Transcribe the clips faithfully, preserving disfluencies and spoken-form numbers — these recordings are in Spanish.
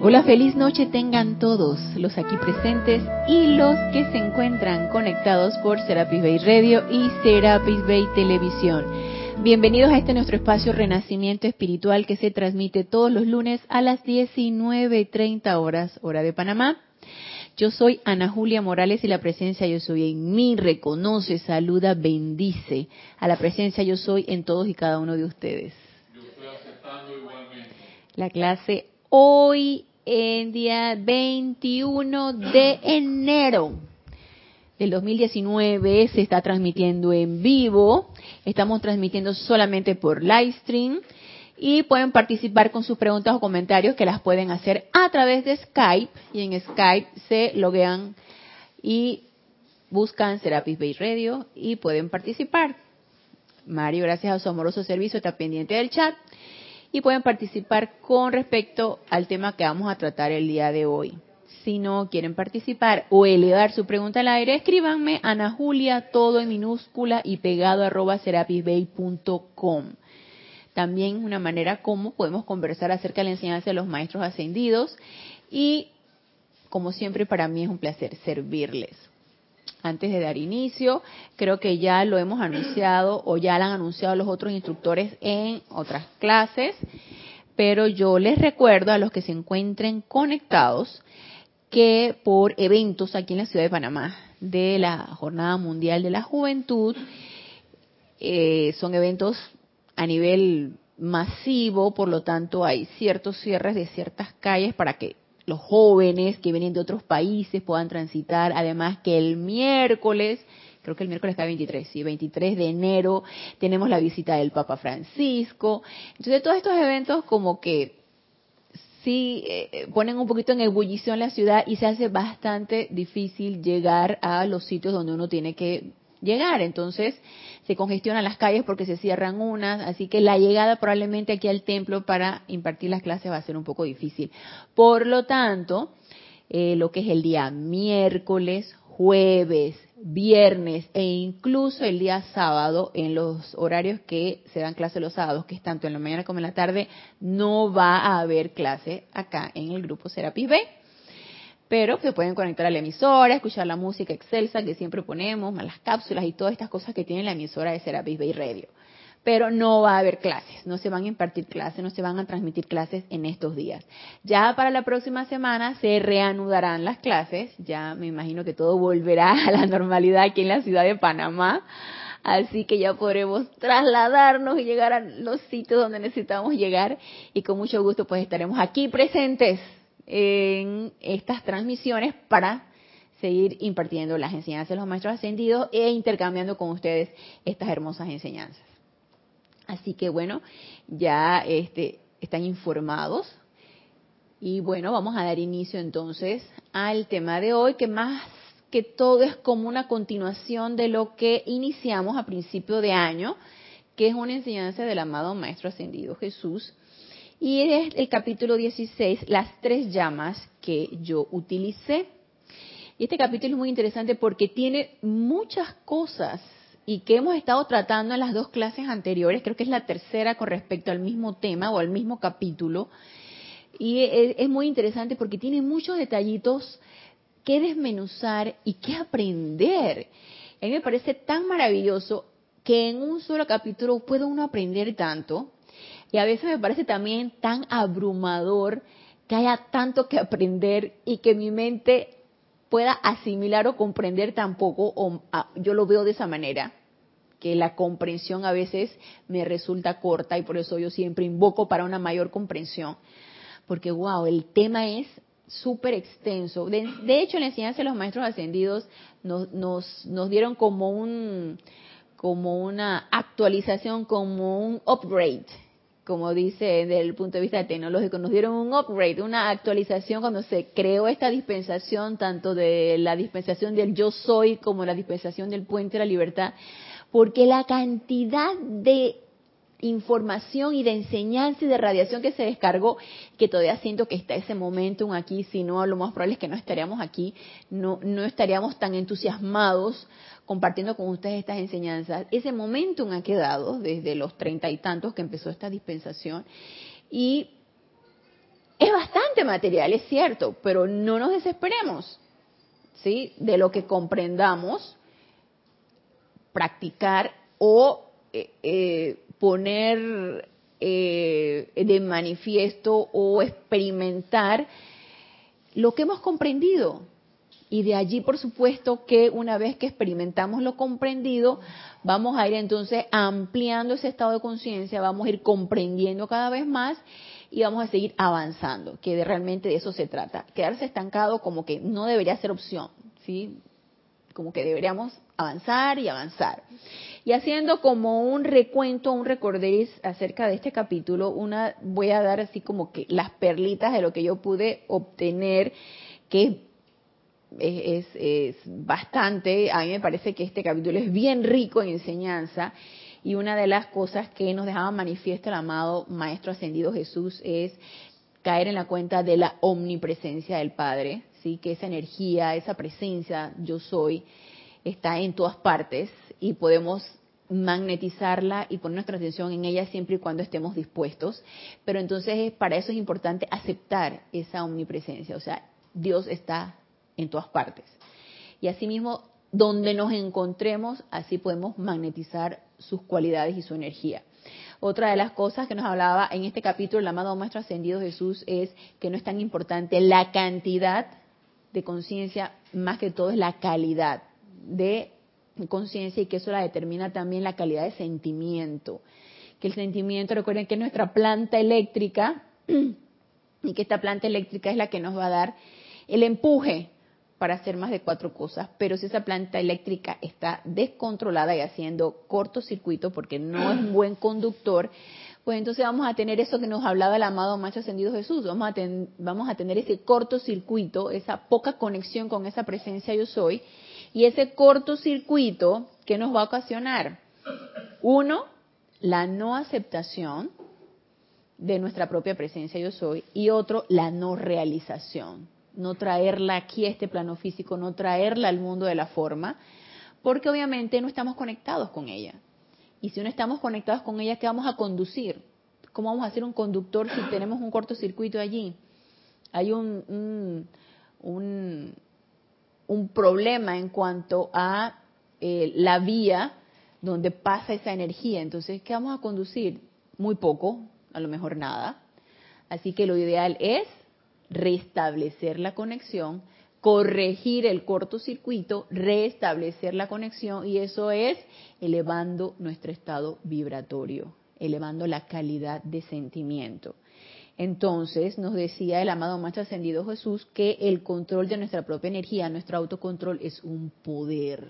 Hola, feliz noche tengan todos los aquí presentes y los que se encuentran conectados por Serapis Bay Radio y Serapis Bay Televisión. Bienvenidos a este nuestro espacio Renacimiento Espiritual que se transmite todos los lunes a las diecinueve treinta horas, hora de Panamá. Yo soy Ana Julia Morales y la presencia Yo Soy en mí reconoce, saluda, bendice a la presencia Yo Soy en todos y cada uno de ustedes. Yo estoy aceptando igualmente. La clase hoy, en día veintiuno de enero del dos mil diecinueve, se está transmitiendo en vivo. Estamos transmitiendo solamente por Livestream. Y pueden participar con sus preguntas o comentarios que las pueden hacer a través de Skype. Y en Skype se loguean y buscan Serapis Bay Radio y pueden participar. Mario, gracias a su amoroso servicio, está pendiente del chat. Y pueden participar con respecto al tema que vamos a tratar el día de hoy. Si no quieren participar o elevar su pregunta al aire, escríbanme Ana Julia, todo en minúscula y pegado arroba serapisbay punto com. También una manera como podemos conversar acerca de la enseñanza de los maestros ascendidos y, como siempre, para mí es un placer servirles. Antes de dar inicio, creo que ya lo hemos anunciado o ya lo han anunciado los otros instructores en otras clases, pero yo les recuerdo a los que se encuentren conectados que por eventos aquí en la ciudad de Panamá de la Jornada Mundial de la Juventud, eh, son eventos a nivel masivo, por lo tanto hay ciertos cierres de ciertas calles para que los jóvenes que vienen de otros países puedan transitar, además que el miércoles, creo que el miércoles está veintitrés, sí, veintitrés de enero, tenemos la visita del Papa Francisco. Entonces todos estos eventos como que sí eh, ponen un poquito en ebullición la ciudad y se hace bastante difícil llegar a los sitios donde uno tiene que llegar. Entonces se congestionan las calles porque se cierran unas, así que la llegada probablemente aquí al templo para impartir las clases va a ser un poco difícil. Por lo tanto, eh, lo que es el día miércoles, jueves, viernes e incluso el día sábado, en los horarios que se dan clase los sábados, que es tanto en la mañana como en la tarde, no va a haber clase acá en el grupo Serapis Bay. Pero se pueden conectar a la emisora, escuchar la música excelsa que siempre ponemos, más las cápsulas y todas estas cosas que tiene la emisora de Serapis Bay Radio. Pero no va a haber clases, no se van a impartir clases, no se van a transmitir clases en estos días. Ya para la próxima semana se reanudarán las clases, ya me imagino que todo volverá a la normalidad aquí en la ciudad de Panamá, así que ya podremos trasladarnos y llegar a los sitios donde necesitamos llegar y con mucho gusto pues estaremos aquí presentes en estas transmisiones para seguir impartiendo las enseñanzas de los maestros ascendidos e intercambiando con ustedes estas hermosas enseñanzas. Así que bueno, ya este, están informados y bueno, vamos a dar inicio entonces al tema de hoy, que más que todo es como una continuación de lo que iniciamos a principio de año, que es una enseñanza del amado Maestro Ascendido Jesús. Y es el capítulo dieciséis, las tres llamas que yo utilicé. Y este capítulo es muy interesante porque tiene muchas cosas y que hemos estado tratando en las dos clases anteriores, creo que es la tercera con respecto al mismo tema o al mismo capítulo. Y es, es muy interesante porque tiene muchos detallitos que desmenuzar y que aprender. A mí me parece tan maravilloso que en un solo capítulo puede uno aprender tanto. Y a veces me parece también tan abrumador que haya tanto que aprender y que mi mente pueda asimilar o comprender tan poco, o a, yo lo veo de esa manera, que la comprensión a veces me resulta corta y por eso yo siempre invoco para una mayor comprensión, porque wow, el tema es súper extenso. De, de hecho, en la enseñanza de los maestros ascendidos nos, nos, nos dieron como un, como una actualización, como un upgrade, como dice desde el punto de vista tecnológico, nos dieron un upgrade, una actualización cuando se creó esta dispensación, tanto de la dispensación del Yo Soy como la dispensación del Puente de la Libertad, porque la cantidad de información y de enseñanza y de radiación que se descargó, que todavía siento que está ese momentum aquí, si no, lo más probable es que no estaríamos aquí, no, no estaríamos tan entusiasmados compartiendo con ustedes estas enseñanzas. Ese momentum ha quedado desde los treinta y tantos que empezó esta dispensación y es bastante material, es cierto, pero no nos desesperemos, ¿sí? De lo que comprendamos, practicar o eh, eh, poner eh, de manifiesto o experimentar lo que hemos comprendido. Y de allí, por supuesto, que una vez que experimentamos lo comprendido, vamos a ir entonces ampliando ese estado de conciencia, vamos a ir comprendiendo cada vez más y vamos a seguir avanzando, que de, realmente de eso se trata. Quedarse estancado como que no debería ser opción, ¿sí? Como que deberíamos avanzar y avanzar. Y haciendo como un recuento, un recorderis acerca de este capítulo, una voy a dar así como que las perlitas de lo que yo pude obtener, que es, es, es bastante. A mí me parece que este capítulo es bien rico en enseñanza, y una de las cosas que nos dejaba manifiesto el amado Maestro Ascendido Jesús es caer en la cuenta de la omnipresencia del Padre, ¿sí? Que esa energía, esa presencia, yo soy, está en todas partes y podemos magnetizarla y poner nuestra atención en ella siempre y cuando estemos dispuestos. Pero entonces para eso es importante aceptar esa omnipresencia, o sea, Dios está en todas partes. Y asimismo, donde nos encontremos, así podemos magnetizar sus cualidades y su energía. Otra de las cosas que nos hablaba en este capítulo el amado Maestro Ascendido Jesús es que no es tan importante la cantidad de conciencia, más que todo es la calidad de conciencia, y que eso la determina también la calidad de sentimiento. Que el sentimiento, recuerden que es nuestra planta eléctrica, y que esta planta eléctrica es la que nos va a dar el empuje para hacer más de cuatro cosas. Pero si esa planta eléctrica está descontrolada y haciendo cortocircuito porque no es un buen conductor, pues entonces vamos a tener eso que nos hablaba el amado Maestro Ascendido Jesús. Vamos a, ten, vamos a tener ese cortocircuito, esa poca conexión con esa presencia yo soy. Y ese cortocircuito, ¿qué nos va a ocasionar? Uno, la no aceptación de nuestra propia presencia yo soy. Y otro, la no realización. No traerla aquí a este plano físico, no traerla al mundo de la forma, porque obviamente no estamos conectados con ella. Y si no estamos conectados con ella, ¿qué vamos a conducir? ¿Cómo vamos a hacer un conductor si tenemos un cortocircuito allí? Hay un, un, un, un problema en cuanto a eh, la vía donde pasa esa energía. Entonces, ¿qué vamos a conducir? Muy poco, a lo mejor nada. Así que lo ideal es restablecer la conexión, corregir el cortocircuito, restablecer la conexión, y eso es elevando nuestro estado vibratorio, elevando la calidad de sentimiento. Entonces nos decía el amado Maestro Ascendido Jesús que el control de nuestra propia energía, nuestro autocontrol, es un poder,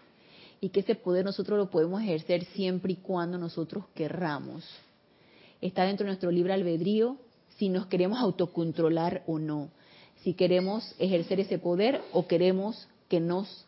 y que ese poder nosotros lo podemos ejercer siempre y cuando nosotros querramos. Está dentro de nuestro libre albedrío si nos queremos autocontrolar o no, si queremos ejercer ese poder o queremos que nos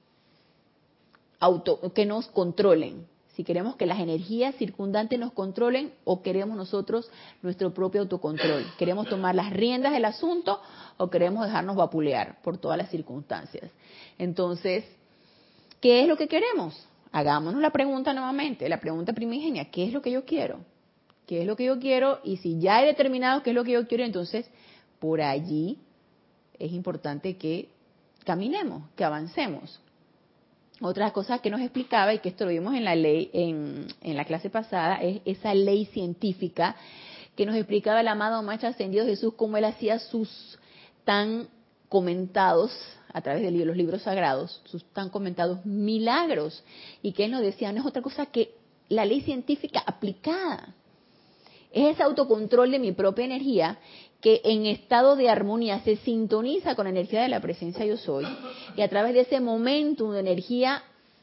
auto, que nos controlen, si queremos que las energías circundantes nos controlen o queremos nosotros nuestro propio autocontrol, queremos tomar las riendas del asunto o queremos dejarnos vapulear por todas las circunstancias. Entonces, ¿qué es lo que queremos? Hagámonos la pregunta nuevamente, la pregunta primigenia: ¿qué es lo que yo quiero? ¿Qué es lo que yo quiero? Y si ya he determinado qué es lo que yo quiero, entonces por allí es importante que caminemos, que avancemos. Otra cosa que nos explicaba, y que esto lo vimos en la ley, en, en la clase pasada, es esa ley científica que nos explicaba el amado Maestro Ascendido Jesús, cómo él hacía sus tan comentados, a través de los libros sagrados, sus tan comentados milagros, y que él nos decía, no es otra cosa que la ley científica aplicada. Es ese autocontrol de mi propia energía que en estado de armonía se sintoniza con la energía de la presencia yo soy, y a través de ese momento de energía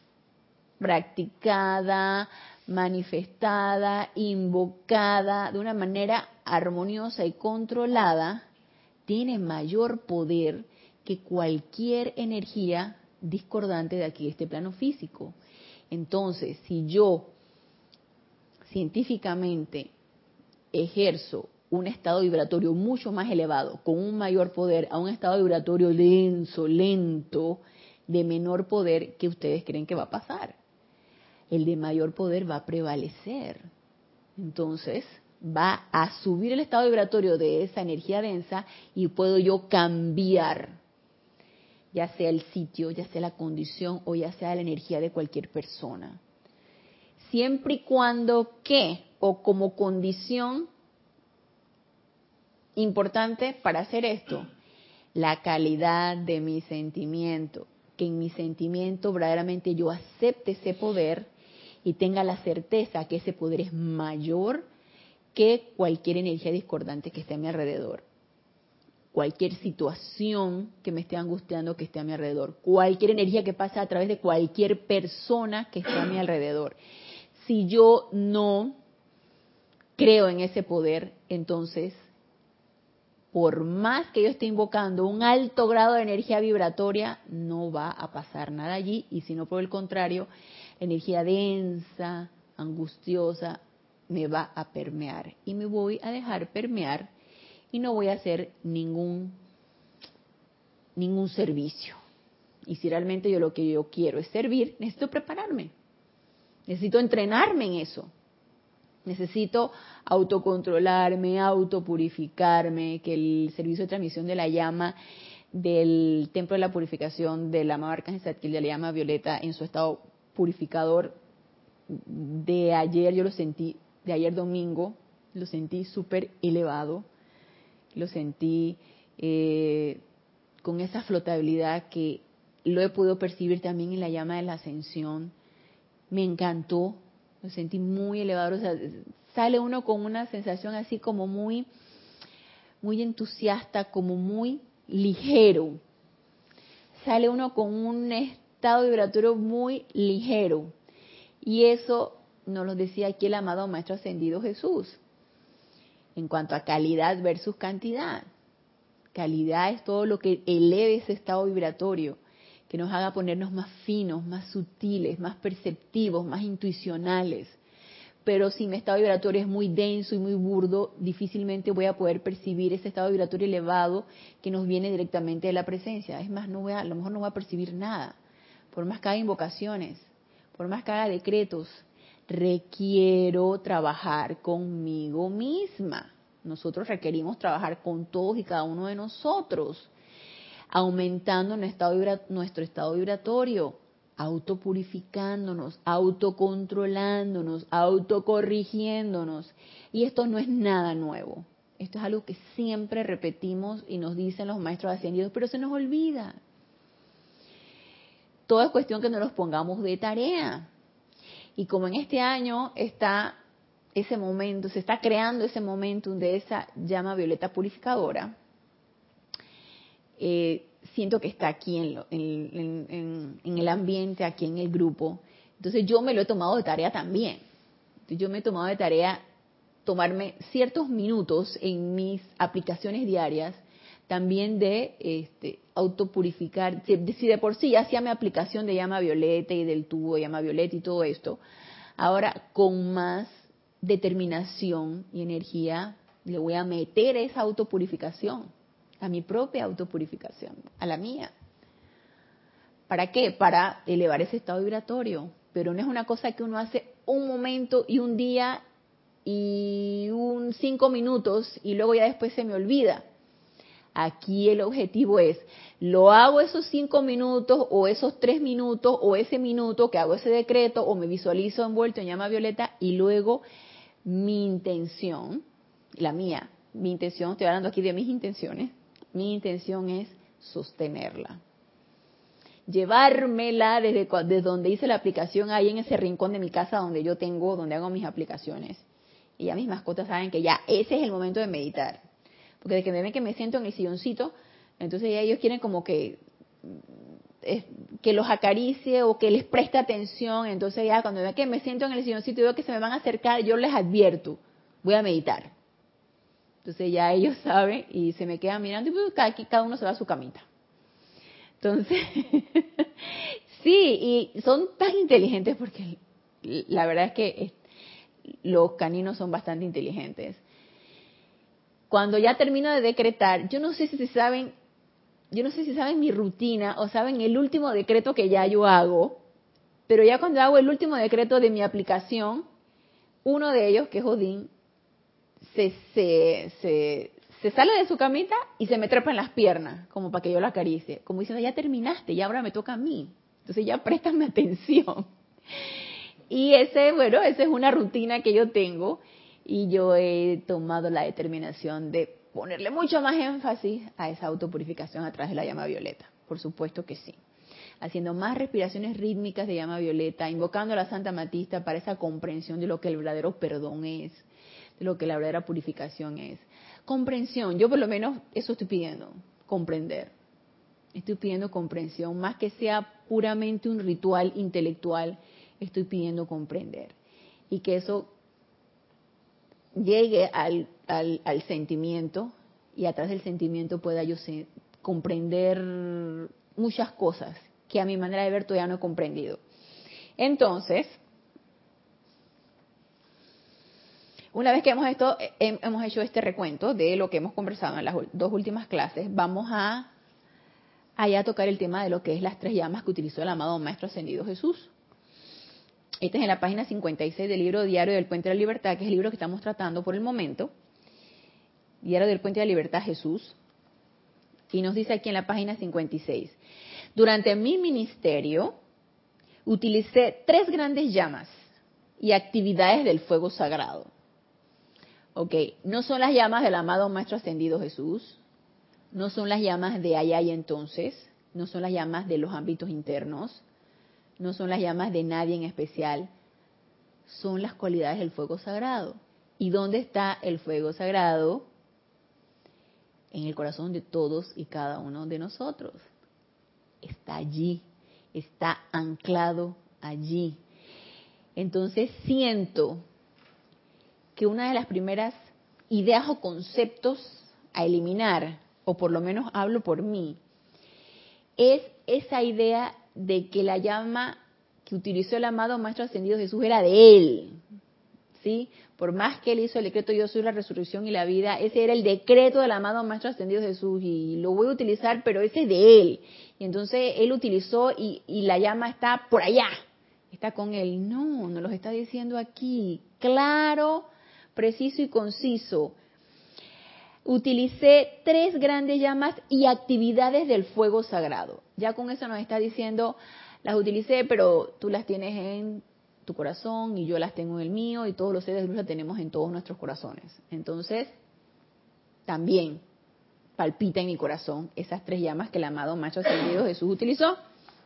practicada, manifestada, invocada de una manera armoniosa y controlada, tiene mayor poder que cualquier energía discordante de aquí, de este plano físico. Entonces, si yo científicamente ejerzo un estado vibratorio mucho más elevado, con un mayor poder, a un estado vibratorio denso, lento, de menor poder, ¿qué ustedes creen que va a pasar? El de mayor poder va a prevalecer. Entonces, va a subir el estado vibratorio de esa energía densa y puedo yo cambiar, ya sea el sitio, ya sea la condición o ya sea la energía de cualquier persona. Siempre y cuando que, o como condición importante para hacer esto, la calidad de mi sentimiento, que en mi sentimiento verdaderamente yo acepte ese poder y tenga la certeza que ese poder es mayor que cualquier energía discordante que esté a mi alrededor, cualquier situación que me esté angustiando que esté a mi alrededor, cualquier energía que pasa a través de cualquier persona que esté a mi alrededor. Si yo no creo en ese poder, entonces, por más que yo esté invocando un alto grado de energía vibratoria, no va a pasar nada allí, y si no, por el contrario, la energía densa, angustiosa, me va a permear y me voy a dejar permear y no voy a hacer ningún ningún servicio. Y si realmente yo lo que yo quiero es servir, necesito prepararme, necesito entrenarme en eso, necesito autocontrolarme, autopurificarme, que el servicio de transmisión de la llama del Templo de la Purificación del amado Arcángel Zadkiel, de la llama violeta en su estado purificador de ayer, yo lo sentí, de ayer domingo, lo sentí súper elevado, lo sentí eh, con esa flotabilidad que lo he podido percibir también en la llama de la ascensión. Me encantó, lo sentí muy elevado, o sea, sale uno con una sensación así como muy, muy entusiasta, como muy ligero. Sale uno con un estado vibratorio muy ligero. Y eso nos lo decía aquí el amado Maestro Ascendido Jesús. En cuanto a calidad versus cantidad. Calidad es todo lo que eleve ese estado vibratorio, que nos haga ponernos más finos, más sutiles, más perceptivos, más intuicionales. Pero si mi estado vibratorio es muy denso y muy burdo, difícilmente voy a poder percibir ese estado vibratorio elevado que nos viene directamente de la presencia. Es más, no voy a, a lo mejor no voy a percibir nada, por más que haga invocaciones, por más que haga decretos. Requiero trabajar conmigo misma. Nosotros requerimos trabajar con todos y cada uno de nosotros, aumentando nuestro estado, vibra, nuestro estado vibratorio, autopurificándonos, autocontrolándonos, autocorrigiéndonos. Y esto no es nada nuevo. Esto es algo que siempre repetimos y nos dicen los maestros ascendidos, pero se nos olvida. Todo es cuestión que nos los pongamos de tarea. Y como en este año está ese momento, se está creando ese momentum de esa llama violeta purificadora, eh, siento que está aquí en, lo, en, en, en, en el ambiente, aquí en el grupo. Entonces yo me lo he tomado de tarea también. Entonces yo me he tomado de tarea tomarme ciertos minutos en mis aplicaciones diarias, también de este, autopurificar. Si de por sí ya hacía mi aplicación de llama violeta y del tubo de llama violeta y todo esto, ahora con más determinación y energía le voy a meter esa autopurificación, a mi propia autopurificación, a la mía. ¿Para qué? Para elevar ese estado vibratorio. Pero no es una cosa que uno hace un momento y un día y un cinco minutos y luego ya después se me olvida. Aquí el objetivo es, lo hago esos cinco minutos o esos tres minutos o ese minuto que hago ese decreto o me visualizo envuelto en llama violeta y luego mi intención, la mía, mi intención, estoy hablando aquí de mis intenciones, mi intención es sostenerla. Llevármela desde, desde donde hice la aplicación, ahí en ese rincón de mi casa donde yo tengo, donde hago mis aplicaciones. Y ya mis mascotas saben que ya ese es el momento de meditar. Porque de que me ven que me siento en el silloncito, entonces ya ellos quieren como que, eh, que los acaricie o que les preste atención. Entonces ya cuando ven que me siento en el silloncito y veo que se me van a acercar, yo les advierto, voy a meditar. Entonces ya ellos saben y se me quedan mirando y pues cada, cada uno se va a su camita. Entonces, sí, y son tan inteligentes porque la verdad es que los caninos son bastante inteligentes. Cuando ya termino de decretar, yo no sé si saben, yo no sé si saben mi rutina o saben el último decreto que ya yo hago, pero ya cuando hago el último decreto de mi aplicación, uno de ellos, que es Odín, se, se, se, se sale de su camita y se me trepa en las piernas, como para que yo la acaricie. Como diciendo, ya terminaste, ya ahora me toca a mí. Entonces ya préstame atención. Y ese, bueno, esa es una rutina que yo tengo y yo he tomado la determinación de ponerle mucho más énfasis a esa autopurificación a través de la llama violeta. Por supuesto que sí. Haciendo más respiraciones rítmicas de llama violeta, invocando a la Santa Matista para esa comprensión de lo que el verdadero perdón es, de lo que la verdadera purificación es. Comprensión, yo por lo menos eso estoy pidiendo, comprender. Estoy pidiendo comprensión, más que sea puramente un ritual intelectual, estoy pidiendo comprender. Y que eso llegue al, al, al sentimiento y a través del sentimiento pueda yo se, comprender muchas cosas que a mi manera de ver todavía no he comprendido. Entonces, una vez que hemos, esto, hemos hecho este recuento de lo que hemos conversado en las dos últimas clases, vamos a, a ya tocar el tema de lo que es las tres llamas que utilizó el amado Maestro Ascendido Jesús. Este es en la página cincuenta y seis del libro Diario del Puente de la Libertad, que es el libro que estamos tratando por el momento. Diario del Puente de la Libertad Jesús. Y nos dice aquí en la página cincuenta y seis. Durante mi ministerio, utilicé tres grandes llamas y actividades del fuego sagrado. Ok, no son las llamas del amado Maestro Ascendido Jesús, no son las llamas de allá y entonces, no son las llamas de los ámbitos internos, no son las llamas de nadie en especial, son las cualidades del fuego sagrado. ¿Y dónde está el fuego sagrado? En el corazón de todos y cada uno de nosotros. Está allí, está anclado allí. Entonces siento que una de las primeras ideas o conceptos a eliminar, o por lo menos hablo por mí, es esa idea de que la llama que utilizó el amado Maestro Ascendido Jesús era de él, ¿sí? Por más que él hizo el decreto yo soy la resurrección y la vida, ese era el decreto del amado Maestro Ascendido Jesús y lo voy a utilizar, pero ese es de él. Y entonces él utilizó y, y la llama está por allá, está con él. No, nos lo está diciendo aquí, claro, preciso y conciso. Utilicé tres grandes llamas y actividades del fuego sagrado. Ya con eso nos está diciendo, las utilicé, pero tú las tienes en tu corazón y yo las tengo en el mío y todos los seres de luz las tenemos en todos nuestros corazones. Entonces, también palpita en mi corazón esas tres llamas que el amado Maestro Ascendido Jesús utilizó,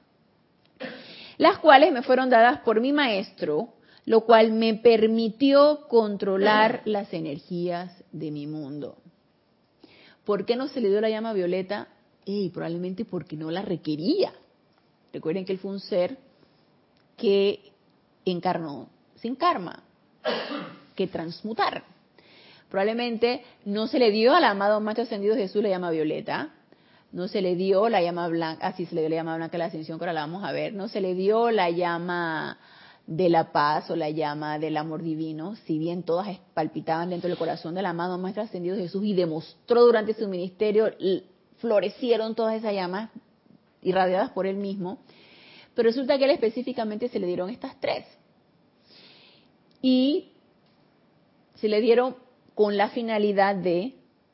las cuales me fueron dadas por mi maestro, lo cual me permitió controlar las energías de mi mundo. ¿Por qué no se le dio la llama violeta? Eh, probablemente porque no la requería. Recuerden que él fue un ser que encarnó sin karma, que transmutar. Probablemente no se le dio al amado Maestro Ascendido Jesús la llama violeta, no se le dio la llama blanca, así se le dio la llama blanca a la ascensión, que ahora la vamos a ver, no se le dio la llama de la paz o la llama del amor divino, si bien todas palpitaban dentro del corazón del amado Maestro Ascendido Jesús y demostró durante su ministerio, florecieron todas esas llamas irradiadas por él mismo, pero resulta que a él específicamente se le dieron estas tres. Y se le dieron con la finalidad de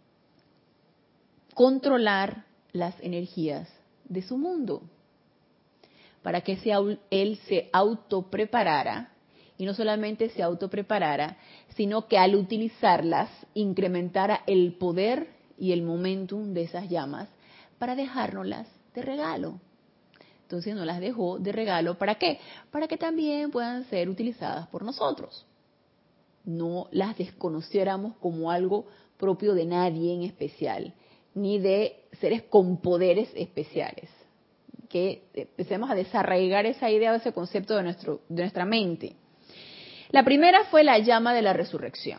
controlar las energías de su mundo, para que él se autopreparara, y no solamente se autopreparara, sino que al utilizarlas incrementara el poder y el momentum de esas llamas para dejárnoslas de regalo. Entonces nos las dejó de regalo, ¿para qué? Para que también puedan ser utilizadas por nosotros. No las desconociéramos como algo propio de nadie en especial, ni de seres con poderes especiales. Que empecemos a desarraigar esa idea o ese concepto de, nuestro, de nuestra mente. La primera fue la llama de la resurrección,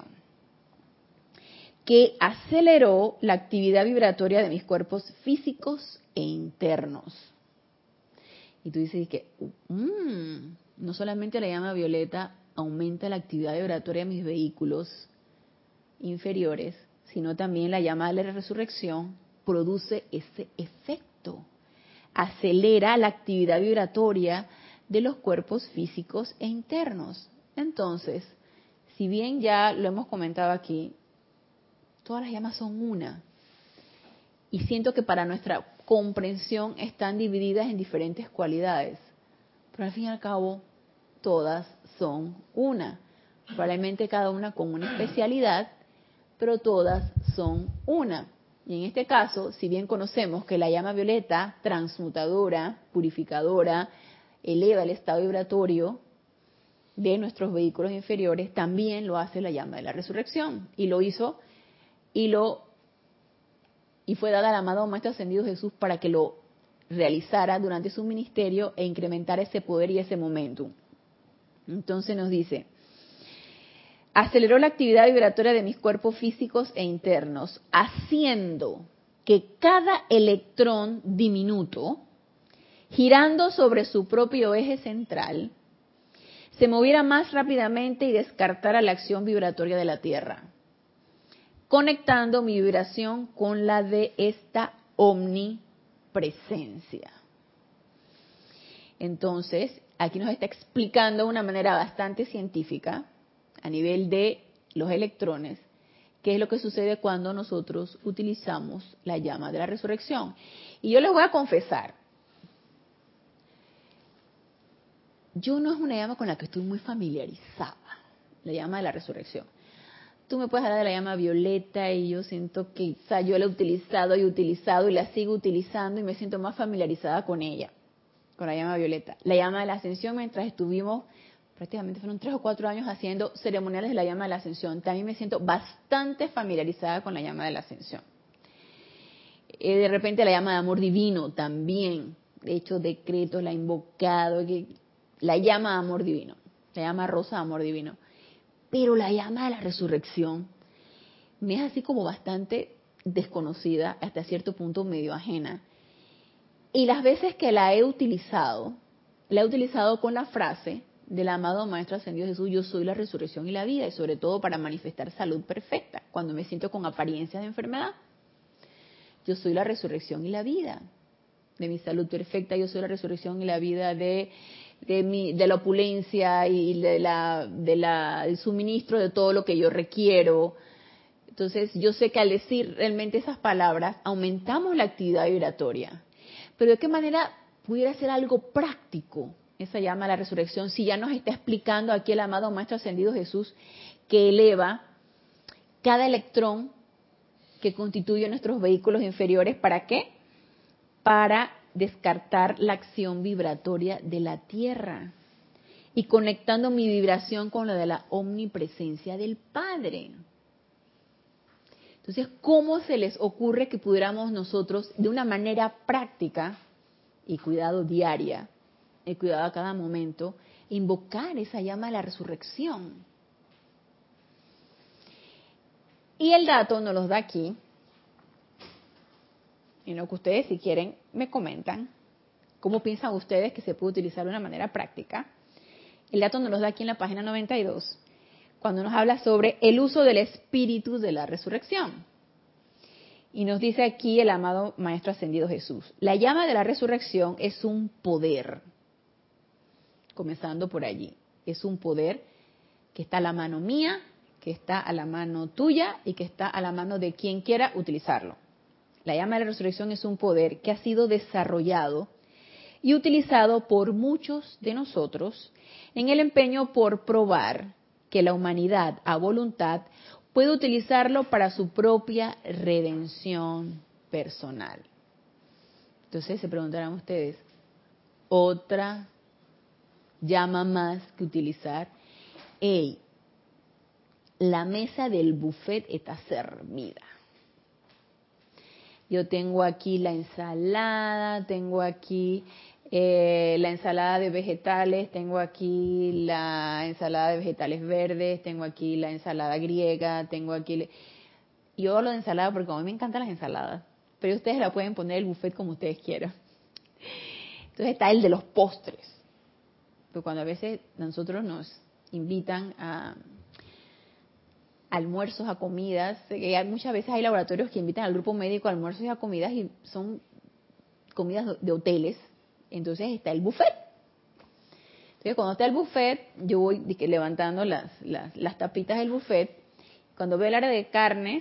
que aceleró la actividad vibratoria de mis cuerpos físicos e internos. Y tú dices que mmm, no solamente la llama violeta aumenta la actividad vibratoria de mis vehículos inferiores, sino también la llama de la resurrección produce ese efecto. Acelera la actividad vibratoria de los cuerpos físicos e internos. Entonces, si bien ya lo hemos comentado aquí, todas las llamas son una. Y siento que para nuestra comprensión están divididas en diferentes cualidades. Pero al fin y al cabo, todas son una. Probablemente cada una con una especialidad, pero todas son una. Y en este caso, si bien conocemos que la llama violeta, transmutadora, purificadora, eleva el estado vibratorio de nuestros vehículos inferiores, también lo hace la llama de la resurrección. Y lo hizo y lo y fue dada al amado Maestro Ascendido Jesús para que lo realizara durante su ministerio e incrementara ese poder y ese momentum. Entonces nos dice, aceleró la actividad vibratoria de mis cuerpos físicos e internos, haciendo que cada electrón diminuto, girando sobre su propio eje central, se moviera más rápidamente y descartara la acción vibratoria de la Tierra, conectando mi vibración con la de esta omnipresencia. Entonces, aquí nos está explicando de una manera bastante científica, a nivel de los electrones, qué es lo que sucede cuando nosotros utilizamos la llama de la resurrección. Y yo les voy a confesar, yo no es una llama con la que estoy muy familiarizada, la llama de la resurrección. Tú me puedes hablar de la llama violeta y yo siento que, o sea, yo la he utilizado y utilizado y la sigo utilizando y me siento más familiarizada con ella, con la llama violeta. La llama de la ascensión, mientras estuvimos, prácticamente fueron tres o cuatro años haciendo ceremoniales de la llama de la ascensión, también me siento bastante familiarizada con la llama de la ascensión. Eh, de repente la llama de amor divino también, de hecho decretos, la he invocado, que, la llama de amor divino, la llama rosa de amor divino. Pero la llama de la resurrección me es así como bastante desconocida, hasta cierto punto medio ajena. Y las veces que la he utilizado, la he utilizado con la frase del amado Maestro Ascendido Jesús, yo soy la resurrección y la vida, y sobre todo para manifestar salud perfecta, cuando me siento con apariencias de enfermedad. Yo soy la resurrección y la vida de mi salud perfecta, yo soy la resurrección y la vida de... De, mi, de la opulencia y de la, de la, del suministro de todo lo que yo requiero. Entonces, yo sé que al decir realmente esas palabras, aumentamos la actividad vibratoria. Pero ¿de qué manera pudiera ser algo práctico esa llama a la resurrección si ya nos está explicando aquí el amado Maestro Ascendido Jesús que eleva cada electrón que constituye nuestros vehículos inferiores? ¿Para qué? Para descartar la acción vibratoria de la Tierra y conectando mi vibración con la de la omnipresencia del Padre. Entonces, ¿cómo se les ocurre que pudiéramos nosotros, de una manera práctica y cuidado diaria, y cuidado a cada momento, invocar esa llama de la resurrección? Y el dato nos los da aquí, en lo que ustedes, si quieren, me comentan cómo piensan ustedes que se puede utilizar de una manera práctica. El dato nos lo da aquí en la página noventa y dos, cuando nos habla sobre el uso del espíritu de la resurrección. Y nos dice aquí el amado Maestro Ascendido Jesús, la llama de la resurrección es un poder, comenzando por allí, es un poder que está a la mano mía, que está a la mano tuya y que está a la mano de quien quiera utilizarlo. La llama de la resurrección es un poder que ha sido desarrollado y utilizado por muchos de nosotros en el empeño por probar que la humanidad a voluntad puede utilizarlo para su propia redención personal. Entonces se preguntarán ustedes, ¿otra llama más que utilizar? ¡Ey! La mesa del buffet está servida. Yo tengo aquí la ensalada, tengo aquí eh, la ensalada de vegetales, tengo aquí la ensalada de vegetales verdes, tengo aquí la ensalada griega, tengo aquí... Yo hablo de ensalada porque a mí me encantan las ensaladas, pero ustedes la pueden poner el buffet como ustedes quieran. Entonces está el de los postres. Porque cuando a veces nosotros nos invitan a almuerzos, a comidas, que muchas veces hay laboratorios que invitan al grupo médico a almuerzos y a comidas y son comidas de hoteles, entonces está el buffet. Entonces cuando está el buffet, yo voy levantando las, las, las tapitas del buffet, cuando veo el área de carnes,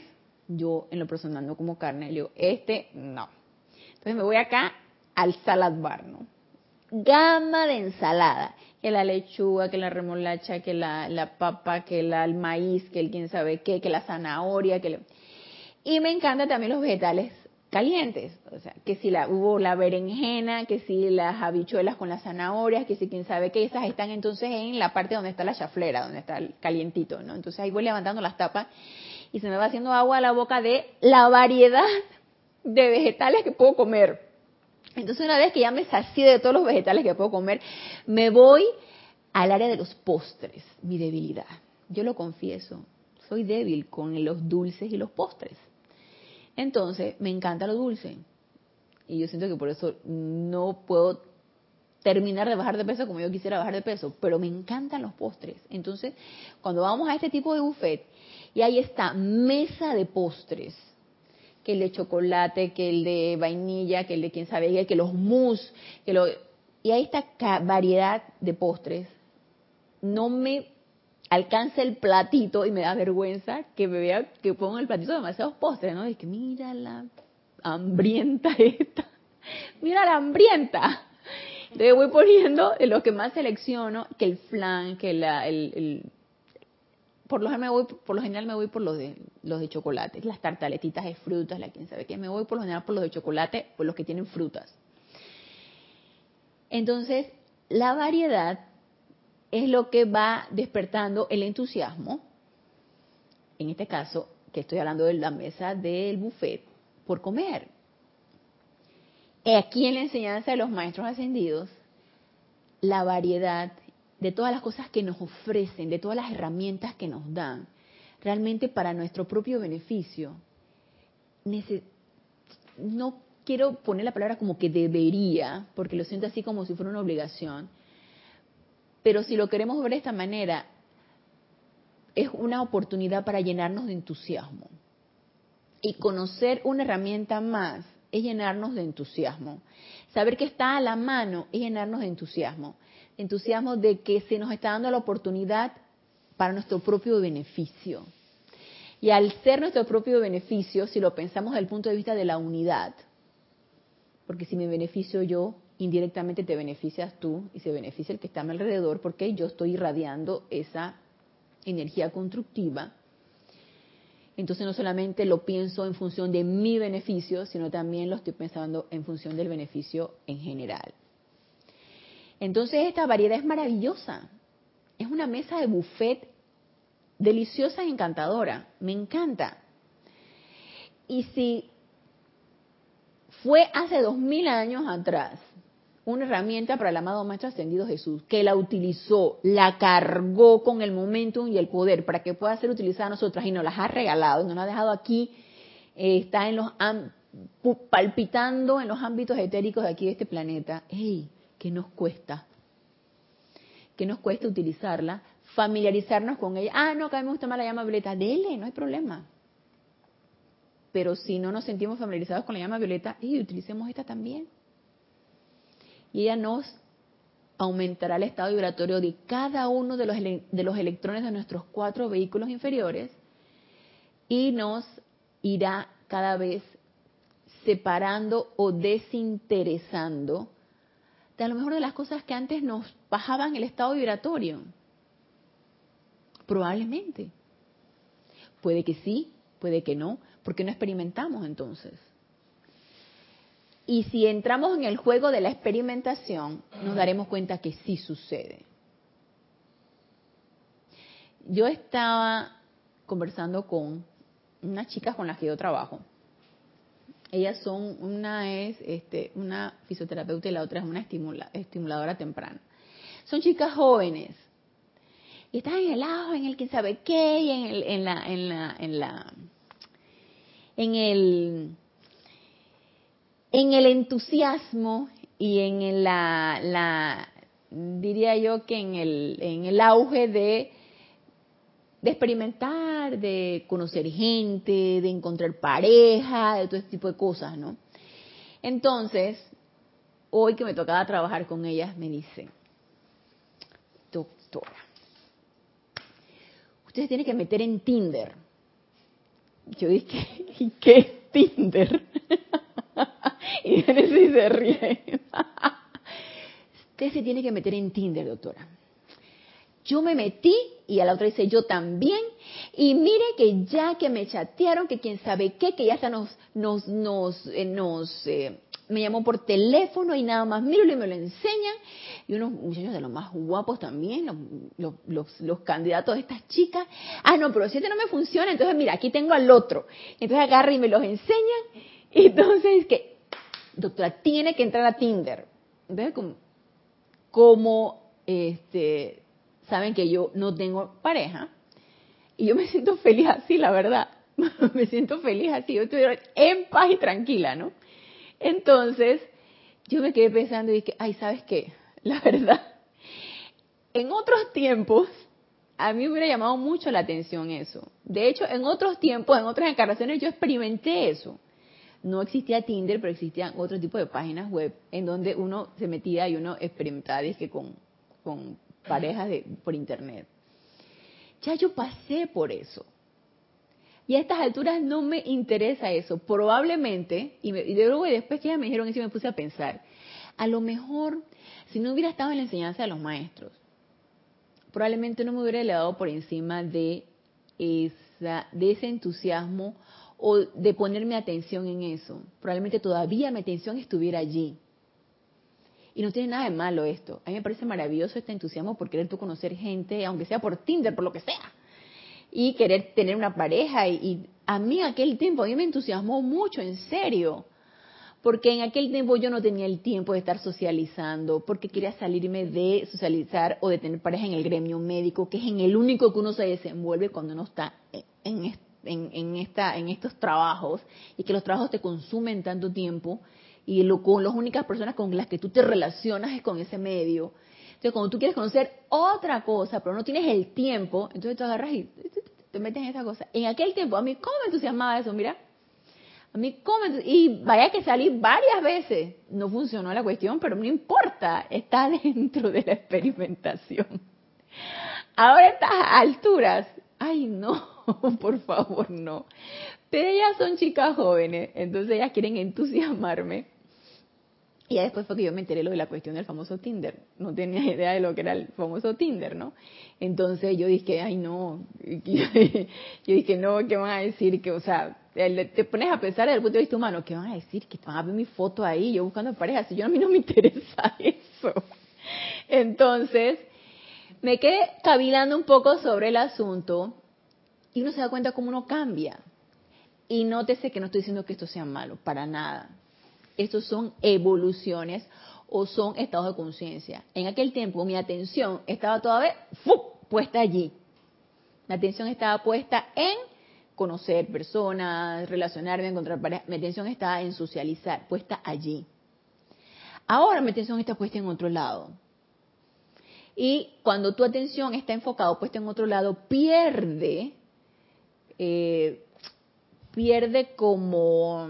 Yo en lo personal no como carne, le digo, este no. Entonces me voy acá al salad bar, ¿no? Gama de ensalada, que la lechuga, que la remolacha, que la, la papa, que la, el maíz, que el quién sabe qué, que la zanahoria, que le... Y me encantan también los vegetales calientes, o sea, que si la, hubo la berenjena, que si las habichuelas con las zanahorias, que si quién sabe qué, esas están entonces en la parte donde está la chaflera, donde está el calientito, ¿no? Entonces ahí voy levantando las tapas y se me va haciendo agua a la boca de la variedad de vegetales que puedo comer. Entonces una vez que ya me sacié de todos los vegetales que puedo comer, me voy al área de los postres, mi debilidad. Yo lo confieso, soy débil con los dulces y los postres. Entonces, me encanta lo dulce. Y yo siento que por eso no puedo terminar de bajar de peso como yo quisiera bajar de peso, pero me encantan los postres. Entonces, cuando vamos a este tipo de buffet, y ahí está mesa de postres, que el de chocolate, que el de vainilla, que el de quién sabe qué, que los mousse, que lo, y ahí está variedad de postres. No me alcanza el platito y me da vergüenza que me vea que pongo en el platito demasiados postres, ¿no? Y que mira la hambrienta esta, mira la hambrienta. Entonces voy poniendo de los que más selecciono, que el flan, que la, el, el por lo general me voy, por lo general me voy por los de los de chocolate, las tartaletitas de frutas, la quién sabe qué, me voy por lo general por los de chocolate, por los que tienen frutas. Entonces, la variedad es lo que va despertando el entusiasmo, en este caso, que estoy hablando de la mesa del buffet, por comer. Aquí en la enseñanza de los maestros ascendidos, la variedad de todas las cosas que nos ofrecen, de todas las herramientas que nos dan, realmente para nuestro propio beneficio, no quiero poner la palabra como que debería, porque lo siento así como si fuera una obligación, pero si lo queremos ver de esta manera, es una oportunidad para llenarnos de entusiasmo. Y conocer una herramienta más es llenarnos de entusiasmo. Saber que está a la mano es llenarnos de entusiasmo. Entusiasmo de que se nos está dando la oportunidad para nuestro propio beneficio. Y al ser nuestro propio beneficio, si lo pensamos desde el punto de vista de la unidad, porque si me beneficio yo, indirectamente te beneficias tú y se beneficia el que está a mi alrededor porque yo estoy irradiando esa energía constructiva. Entonces no solamente lo pienso en función de mi beneficio, sino también lo estoy pensando en función del beneficio en general. Entonces esta variedad es maravillosa. Es una mesa de buffet deliciosa y encantadora. Me encanta. Y si fue hace dos mil años atrás una herramienta para el amado Maestro Ascendido Jesús, que la utilizó, la cargó con el momentum y el poder para que pueda ser utilizada a nosotras y nos las ha regalado, nos la ha dejado aquí, eh, está en los palpitando en los ámbitos etéricos de aquí de este planeta. ¡Ey! ¿Qué nos cuesta? ¿Qué nos cuesta utilizarla? Familiarizarnos con ella. Ah, no, que a mí me gusta más la llama violeta. Dele, no hay problema. Pero si no nos sentimos familiarizados con la llama violeta, ¡ey! Utilicemos esta también. Y ella nos aumentará el estado vibratorio de cada uno de los, de los electrones de nuestros cuatro vehículos inferiores y nos irá cada vez separando o desinteresando de a lo mejor de las cosas que antes nos bajaban el estado vibratorio. Probablemente. Puede que sí, puede que no, porque no experimentamos entonces. Y si entramos en el juego de la experimentación, nos daremos cuenta que sí sucede. Yo estaba conversando con unas chicas con las que yo trabajo. Ellas son, una es este, una fisioterapeuta y la otra es una estimula, estimuladora temprana. Son chicas jóvenes. Y están en el ajo, en el quién sabe qué, y en, el, en la, en la, en la, en el... en el entusiasmo y en la, la diría yo que en el, en el auge de, de experimentar, de conocer gente, de encontrar pareja, de todo este tipo de cosas, ¿no? Entonces, hoy que me tocaba trabajar con ellas, me dicen, doctora, usted tiene que meter en Tinder Yo dije, ¿y qué es Tinder? Y Genesis se ríe. Usted se tiene que meter en Tinder, doctora. Yo me metí y a la otra dice, yo también. Y mire que ya que me chatearon, que quién sabe qué, que ya hasta nos, nos, nos, eh, nos eh, me llamó por teléfono y nada más, míralo y me lo enseñan. Y unos muchachos de los más guapos también, los, los, los, los candidatos de estas chicas. Ah, no, pero si este no me funciona, entonces mira, aquí tengo al otro. Entonces agarra y me los enseñan. Y entonces, que, doctora, tiene que entrar a Tinder. Entonces, como, como este... saben que yo no tengo pareja y yo me siento feliz así, la verdad. Me siento feliz así, yo estoy en paz y tranquila, ¿no? Entonces, yo me quedé pensando y dije, ay, ¿sabes qué? La verdad, en otros tiempos, a mí me hubiera llamado mucho la atención eso. De hecho, en otros tiempos, en otras encarnaciones, yo experimenté eso. No existía Tinder, pero existían otro tipo de páginas web en donde uno se metía y uno experimentaba, dije, con... con parejas de, por internet. Ya yo pasé por eso. Y a estas alturas no me interesa eso. Probablemente, y, me, y luego después que ya me dijeron eso me puse a pensar, a lo mejor, si no hubiera estado en la enseñanza de los maestros, probablemente no me hubiera elevado por encima de, esa, de ese entusiasmo o de ponerme atención en eso. Probablemente todavía mi atención estuviera allí. Y no tiene nada de malo esto. A mí me parece maravilloso este entusiasmo por querer tú conocer gente, aunque sea por Tinder, por lo que sea. Y querer tener una pareja. Y, y a mí aquel tiempo, a mí me entusiasmó mucho, en serio. Porque en aquel tiempo yo no tenía el tiempo de estar socializando, porque quería salirme de socializar o de tener pareja en el gremio médico, que es en el único que uno se desenvuelve cuando uno está en, en, en, esta, en estos trabajos. Y que los trabajos te consumen tanto tiempo. Y lo, con las únicas personas con las que tú te relacionas es con ese medio. Entonces, cuando tú quieres conocer otra cosa, pero no tienes el tiempo, entonces tú agarras y te metes en esa cosa. En aquel tiempo, a mí, ¿cómo me entusiasmaba eso? Mira, a mí, ¿cómo me Y vaya que salí varias veces. No funcionó la cuestión, pero no importa, está dentro de la experimentación. Ahora a estas alturas, ay, no, por favor, no. Pero ellas son chicas jóvenes, entonces ellas quieren entusiasmarme. Y ya después fue que yo me enteré lo de la cuestión del famoso Tinder. No tenía idea de lo que era el famoso Tinder, ¿no? Entonces yo dije, ay no, yo dije, no, ¿qué van a decir? Que, o sea, te pones a pensar desde el punto de vista humano, ¿qué van a decir? Que van a ver mi foto ahí, yo buscando pareja, si yo a mí no me interesa eso. Entonces, me quedé cavilando un poco sobre el asunto y uno se da cuenta cómo uno cambia. Y nótese que no estoy diciendo que esto sea malo, para nada. Estos son evoluciones o son estados de conciencia. En aquel tiempo mi atención estaba todavía ¡fu! Puesta allí. La atención estaba puesta en conocer personas, relacionarme, encontrar parejas. Mi atención estaba en socializar, puesta allí. Ahora mi atención está puesta en otro lado. Y cuando tu atención está enfocada, puesta en otro lado, pierde, eh, pierde como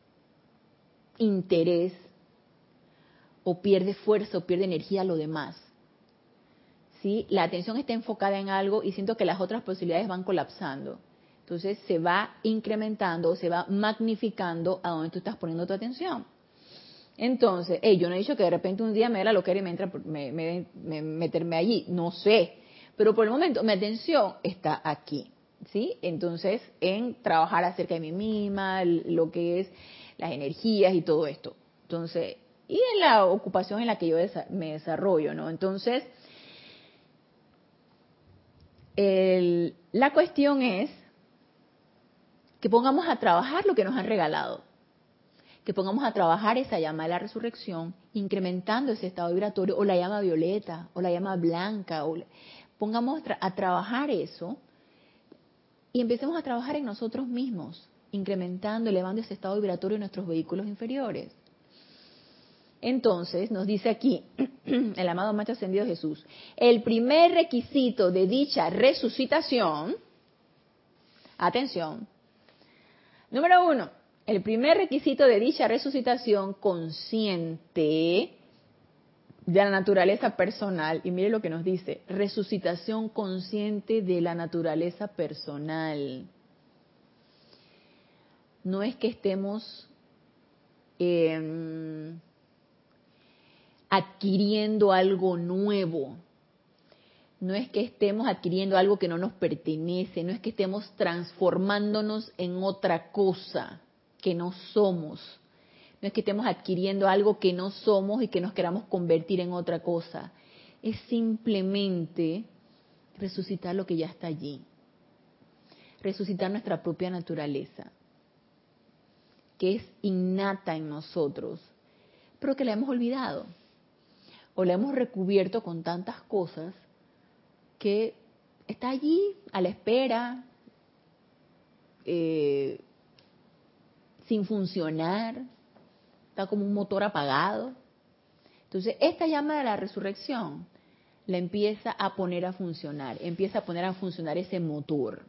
interés o pierde fuerza o pierde energía a lo demás. ¿Sí? La atención está enfocada en algo y siento que las otras posibilidades van colapsando. Entonces se va incrementando o se va magnificando a donde tú estás poniendo tu atención. Entonces, hey, yo no he dicho que de repente un día me dé la loquera y me entra, me, me, me, meterme allí, no sé. Pero por el momento mi atención está aquí. ¿Sí? Entonces, en trabajar acerca de mí misma, lo que es las energías y todo esto. Entonces, y en la ocupación en la que yo me desarrollo, ¿no? Entonces, el, la cuestión es que pongamos a trabajar lo que nos han regalado, que pongamos a trabajar esa llama de la resurrección, incrementando ese estado vibratorio, o la llama violeta, o la llama blanca, o pongamos a, tra a trabajar eso, y empecemos a trabajar en nosotros mismos, incrementando, elevando ese estado vibratorio en nuestros vehículos inferiores. Entonces, nos dice aquí el amado Maestro Ascendido Jesús, el primer requisito de dicha resucitación, atención, número uno, el primer requisito de dicha resucitación consciente de la naturaleza personal, y mire lo que nos dice, resucitación consciente de la naturaleza personal. no es que estemos eh, adquiriendo algo nuevo, no es que estemos adquiriendo algo que no nos pertenece, no es que estemos transformándonos en otra cosa que no somos, no es que estemos adquiriendo algo que no somos y que nos queramos convertir en otra cosa, es simplemente resucitar lo que ya está allí, resucitar nuestra propia naturaleza, que es innata en nosotros, pero que la hemos olvidado o la hemos recubierto con tantas cosas que está allí a la espera, eh, sin funcionar, está como un motor apagado. Entonces, esta llama de la resurrección la empieza a poner a funcionar, empieza a poner a funcionar ese motor.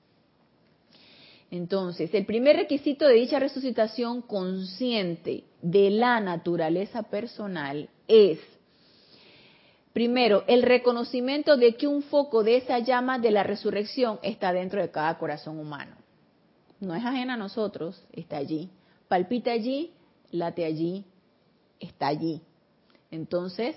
Entonces, el primer requisito de dicha resucitación consciente de la naturaleza personal es, primero, el reconocimiento de que un foco de esa llama de la resurrección está dentro de cada corazón humano. No es ajena a nosotros, está allí. Palpita allí, late allí, está allí. Entonces,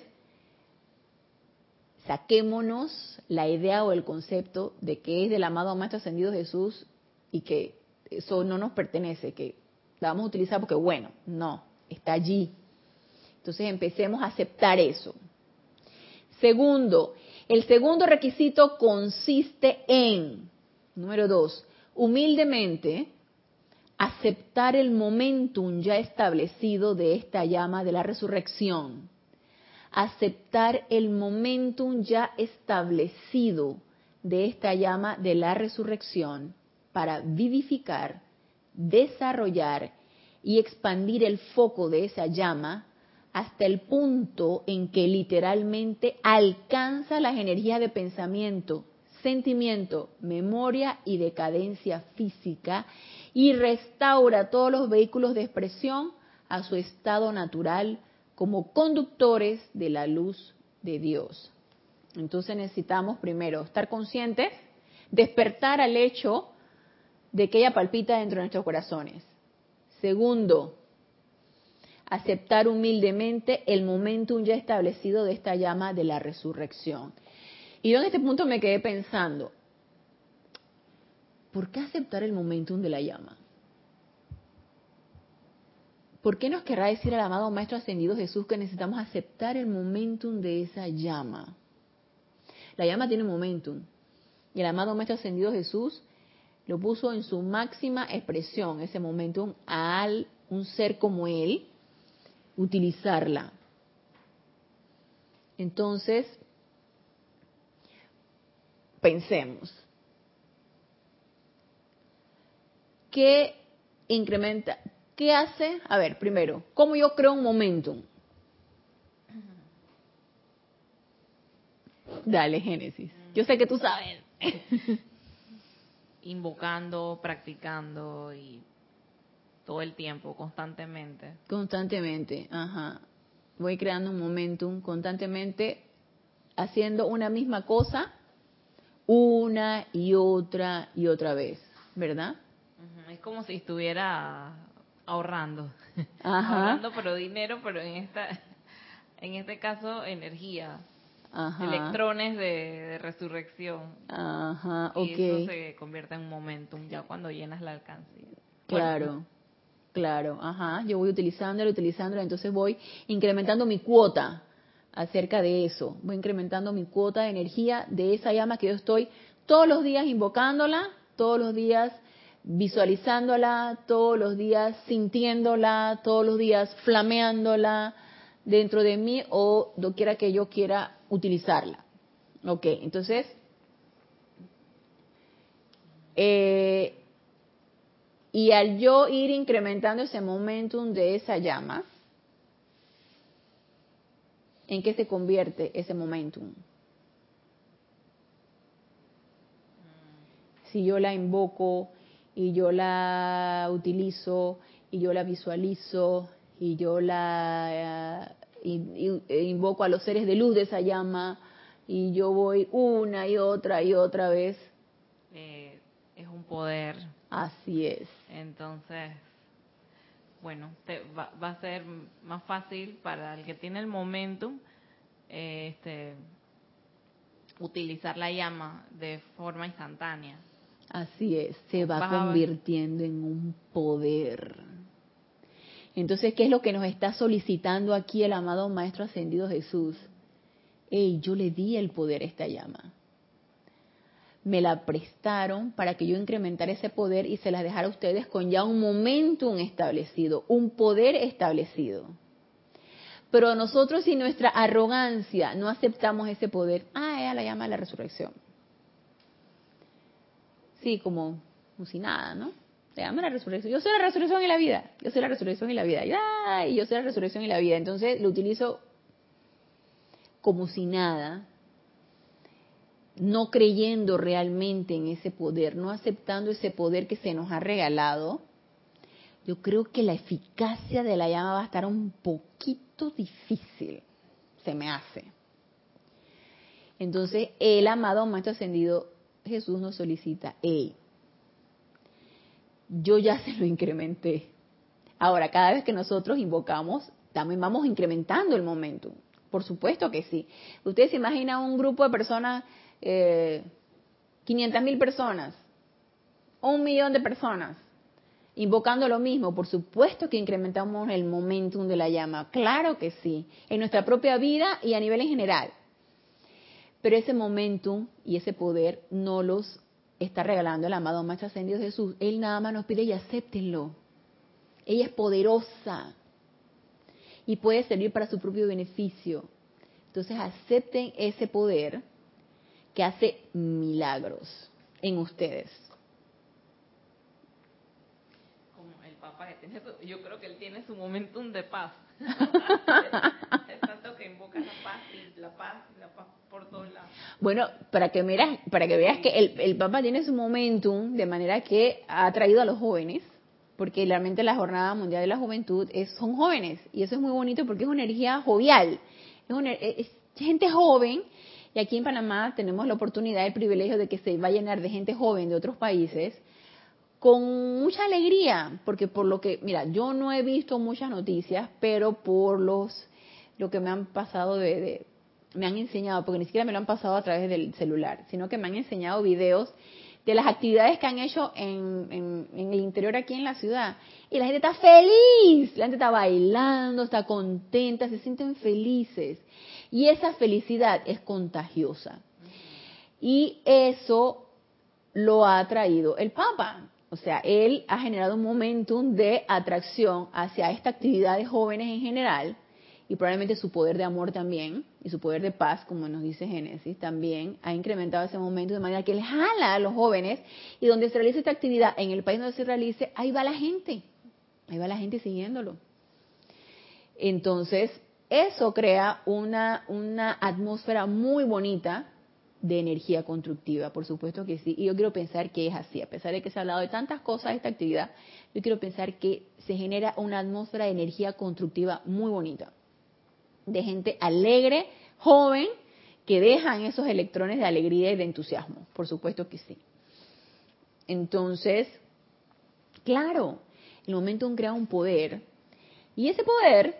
saquémonos la idea o el concepto de que es del amado Maestro Ascendido Jesús y que eso no nos pertenece, que la vamos a utilizar porque, bueno, no, está allí. Entonces empecemos a aceptar eso. Segundo, el segundo requisito consiste en, número dos, humildemente aceptar el momentum ya establecido de esta llama de la resurrección. Aceptar el momentum ya establecido de esta llama de la resurrección para vivificar, desarrollar y expandir el foco de esa llama hasta el punto en que literalmente alcanza las energías de pensamiento, sentimiento, memoria y decadencia física y restaura todos los vehículos de expresión a su estado natural como conductores de la luz de Dios. Entonces necesitamos primero estar conscientes, despertar al hecho de que ella palpita dentro de nuestros corazones. Segundo, aceptar humildemente el momentum ya establecido de esta llama de la resurrección. Y yo en este punto me quedé pensando, ¿por qué aceptar el momentum de la llama? ¿Por qué nos querrá decir el amado Maestro Ascendido Jesús que necesitamos aceptar el momentum de esa llama? La llama tiene momentum. Y el amado Maestro Ascendido Jesús lo puso en su máxima expresión, ese momentum, al un ser como él, utilizarla. Entonces, pensemos. ¿Qué incrementa? ¿Qué hace? A ver, primero, ¿cómo yo creo un momentum? Dale, Génesis. Yo sé que tú sabes. Invocando, practicando y todo el tiempo, constantemente. Constantemente, ajá. Voy creando un momentum constantemente, haciendo una misma cosa una y otra y otra vez, ¿verdad? Es como si estuviera ahorrando, Ajá. ahorrando pero dinero, pero en esta, en este caso energía, Ajá. electrones de, de resurrección. Ajá, y ok. eso se convierte en un momentum ya cuando llenas la alcancía. Claro, Bueno. claro, ajá. Yo voy utilizándolo, utilizándolo, entonces voy incrementando mi cuota acerca de eso. Voy incrementando mi cuota de energía de esa llama que yo estoy todos los días invocándola, todos los días visualizándola, todos los días sintiéndola, todos los días flameándola dentro de mí o doquiera que yo quiera utilizarla. Ok, entonces, eh, y al yo ir incrementando ese momentum de esa llama, ¿en qué se convierte ese momentum? Si yo la invoco y yo la utilizo y yo la visualizo y yo la uh, y, y, invoco a los seres de luz de esa llama y yo voy una y otra y otra vez. Eh, es un poder. Así es. Entonces, bueno, te, va, va a ser más fácil para el que tiene el momentum eh, este, utilizar la llama de forma instantánea. Así es, se va Vas a ver. convirtiendo en un poder. Entonces, ¿qué es lo que nos está solicitando aquí el amado Maestro Ascendido Jesús? Ey, yo le di el poder a esta llama. Me la prestaron para que yo incrementara ese poder y se las dejara a ustedes con ya un momentum establecido, un poder establecido. Pero nosotros, si nuestra arrogancia no aceptamos ese poder, ah, ella la llama la resurrección. Sí, como, como si nada, ¿no? Se llama la resurrección. Yo soy la resurrección y la vida. Yo soy la resurrección y la vida. Y, ay, yo soy la resurrección y la vida. Entonces lo utilizo como si nada, no creyendo realmente en ese poder, no aceptando ese poder que se nos ha regalado. Yo creo que la eficacia de la llama va a estar un poquito difícil, se me hace. Entonces, el amado Maestro Ascendido Jesús nos solicita, hey, yo ya se lo incrementé. Ahora, cada vez que nosotros invocamos, también vamos incrementando el momentum. Por supuesto que sí. Ustedes se imaginan un grupo de personas, eh, quinientas mil personas, un millón de personas, invocando lo mismo. Por supuesto que incrementamos el momentum de la llama. Claro que sí. En nuestra propia vida y a nivel en general. Pero ese momentum y ese poder no los está regalando el amado Maestro Ascendido Jesús. Él nada más nos pide y acéptenlo. Ella es poderosa y puede servir para su propio beneficio. Entonces acepten ese poder que hace milagros en ustedes. Como el Papa que tiene su, yo creo que él tiene su momentum de paz. Es tanto que invoca la paz y la paz y la paz por todos lados. Bueno, para que miras, para que veas que el, el Papa tiene su momentum de manera que ha atraído a los jóvenes, porque realmente la Jornada Mundial de la Juventud es, son jóvenes, y eso es muy bonito porque es una energía jovial, es, una, es gente joven, y aquí en Panamá tenemos la oportunidad, el privilegio de que se va a llenar de gente joven de otros países, con mucha alegría, porque por lo que, mira, yo no he visto muchas noticias, pero por los lo que me han pasado de, de me han enseñado, porque ni siquiera me lo han pasado a través del celular, sino que me han enseñado videos de las actividades que han hecho en, en, en el interior aquí en la ciudad. Y la gente está feliz, la gente está bailando, está contenta, se sienten felices. Y esa felicidad es contagiosa. Y eso lo ha traído el Papa. O sea, él ha generado un momentum de atracción hacia esta actividad de jóvenes en general, y probablemente su poder de amor también, y su poder de paz, como nos dice Génesis, también ha incrementado ese momento de manera que él jala a los jóvenes, y donde se realice esta actividad, en el país donde se realice, ahí va la gente, ahí va la gente siguiéndolo. Entonces, eso crea una, una atmósfera muy bonita de energía constructiva, por supuesto que sí, y yo quiero pensar que es así, a pesar de que se ha hablado de tantas cosas de esta actividad, yo quiero pensar que se genera una atmósfera de energía constructiva muy bonita, de gente alegre, joven, que dejan esos electrones de alegría y de entusiasmo, por supuesto que sí. Entonces, claro, el momentum crea un poder, y ese poder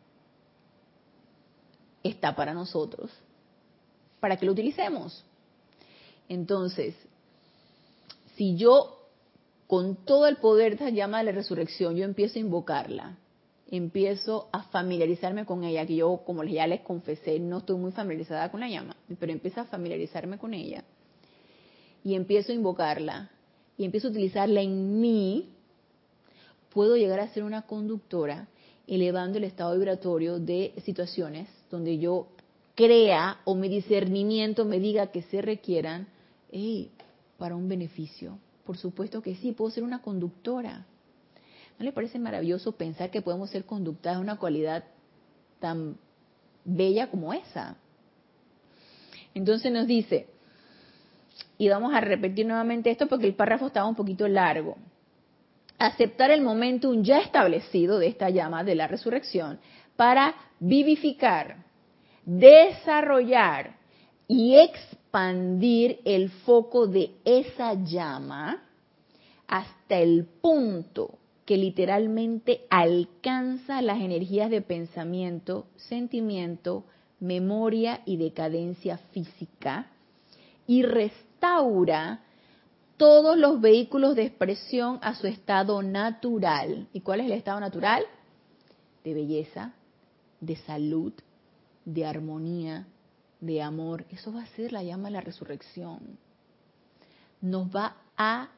está para nosotros, para que lo utilicemos. Entonces, si yo, con todo el poder de esta llama de la resurrección, yo empiezo a invocarla, empiezo a familiarizarme con ella, que yo, como ya les confesé, no estoy muy familiarizada con la llama, pero empiezo a familiarizarme con ella, y empiezo a invocarla, y empiezo a utilizarla en mí, puedo llegar a ser una conductora, elevando el estado vibratorio de situaciones donde yo crea o mi discernimiento me diga que se requieran, hey, para un beneficio. Por supuesto que sí, puedo ser una conductora. ¿No le parece maravilloso pensar que podemos ser conductadas de una cualidad tan bella como esa? Entonces nos dice, y vamos a repetir nuevamente esto porque el párrafo estaba un poquito largo. Aceptar el momentum ya establecido de esta llama de la resurrección para vivificar, desarrollar y expandir el foco de esa llama hasta el punto que literalmente alcanza las energías de pensamiento, sentimiento, memoria y decadencia física y restaura todos los vehículos de expresión a su estado natural. ¿Y cuál es el estado natural? De belleza, de salud, de armonía, de amor. Eso va a ser la llama de la resurrección. Nos va a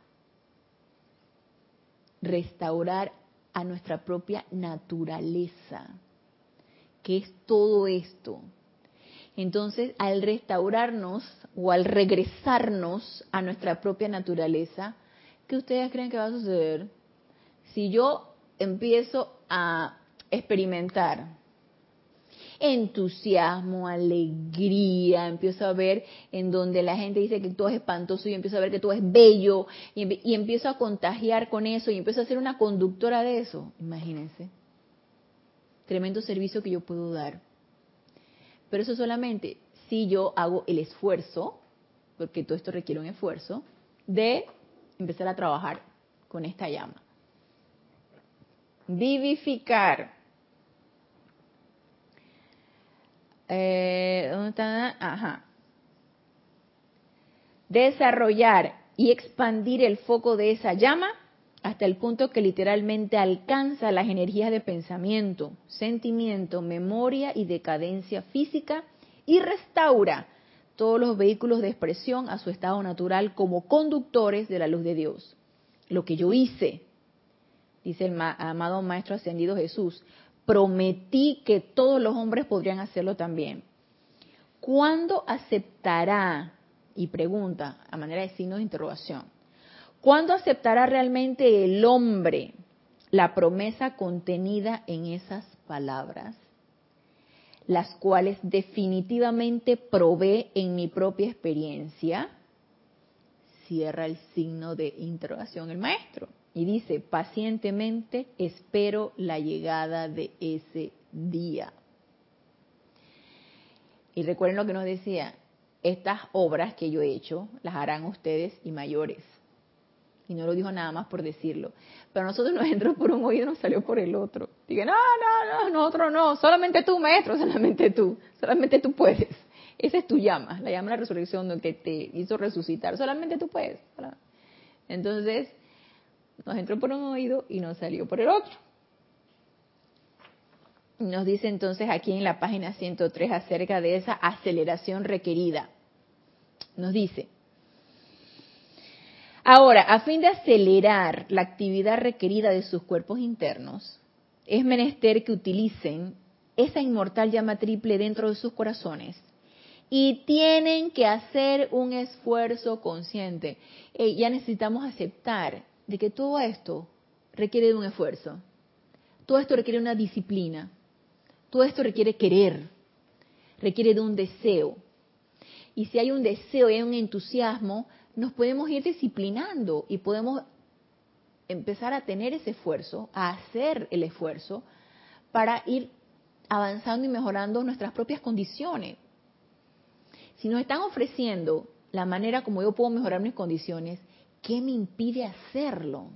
restaurar a nuestra propia naturaleza, que es todo esto. Entonces, al restaurarnos o al regresarnos a nuestra propia naturaleza, ¿qué ustedes creen que va a suceder? Si yo empiezo a experimentar entusiasmo, alegría, empiezo a ver en donde la gente dice que todo es espantoso y empiezo a ver que todo es bello y, y empiezo a contagiar con eso y empiezo a ser una conductora de eso, imagínense, tremendo servicio que yo puedo dar. Pero eso solamente si yo hago el esfuerzo, porque todo esto requiere un esfuerzo, de empezar a trabajar con esta llama. Vivificar. Eh, ¿Dónde está? Ajá. Desarrollar y expandir el foco de esa llama hasta el punto que literalmente alcanza las energías de pensamiento, sentimiento, memoria y decadencia física y restaura todos los vehículos de expresión a su estado natural como conductores de la luz de Dios. Lo que yo hice, dice el ma- amado Maestro Ascendido Jesús, prometí que todos los hombres podrían hacerlo también. ¿Cuándo aceptará? Y pregunta, a manera de signo de interrogación, ¿cuándo aceptará realmente el hombre la promesa contenida en esas palabras, las cuales definitivamente probé en mi propia experiencia? Cierra el signo de interrogación el maestro y dice, pacientemente espero la llegada de ese día. Y recuerden lo que nos decía, estas obras que yo he hecho las harán ustedes y mayores. Y no lo dijo nada más por decirlo. Pero a nosotros nos entró por un oído y nos salió por el otro. Dije, no, no, no, nosotros no, solamente tú, maestro, solamente tú, solamente tú puedes. Esa es tu llama, la llama de la resurrección, lo que te hizo resucitar, solamente tú puedes. Entonces, nos entró por un oído y nos salió por el otro. Nos dice entonces aquí en la página ciento tres acerca de esa aceleración requerida. Nos dice, ahora, a fin de acelerar la actividad requerida de sus cuerpos internos, es menester que utilicen esa inmortal llama triple dentro de sus corazones y tienen que hacer un esfuerzo consciente. Eh, ya necesitamos aceptar de que todo esto requiere de un esfuerzo. Todo esto requiere una disciplina. Todo esto requiere querer, requiere de un deseo. Y si hay un deseo y hay un entusiasmo, nos podemos ir disciplinando y podemos empezar a tener ese esfuerzo, a hacer el esfuerzo para ir avanzando y mejorando nuestras propias condiciones. Si nos están ofreciendo la manera como yo puedo mejorar mis condiciones, ¿qué me impide hacerlo?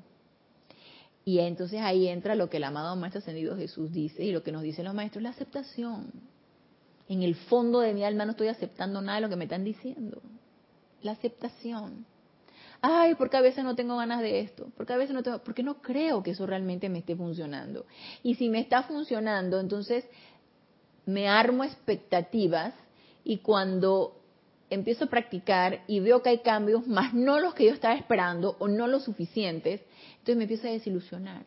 Y entonces ahí entra lo que el amado Maestro Ascendido Jesús dice y lo que nos dicen los maestros, la aceptación. En el fondo de mi alma no estoy aceptando nada de lo que me están diciendo. La aceptación. Ay, porque a veces no tengo ganas de esto, porque a veces no tengo, porque no creo que eso realmente me esté funcionando. Y si me está funcionando, entonces me armo expectativas y cuando empiezo a practicar y veo que hay cambios, más no los que yo estaba esperando o no los suficientes, entonces me empiezo a desilusionar.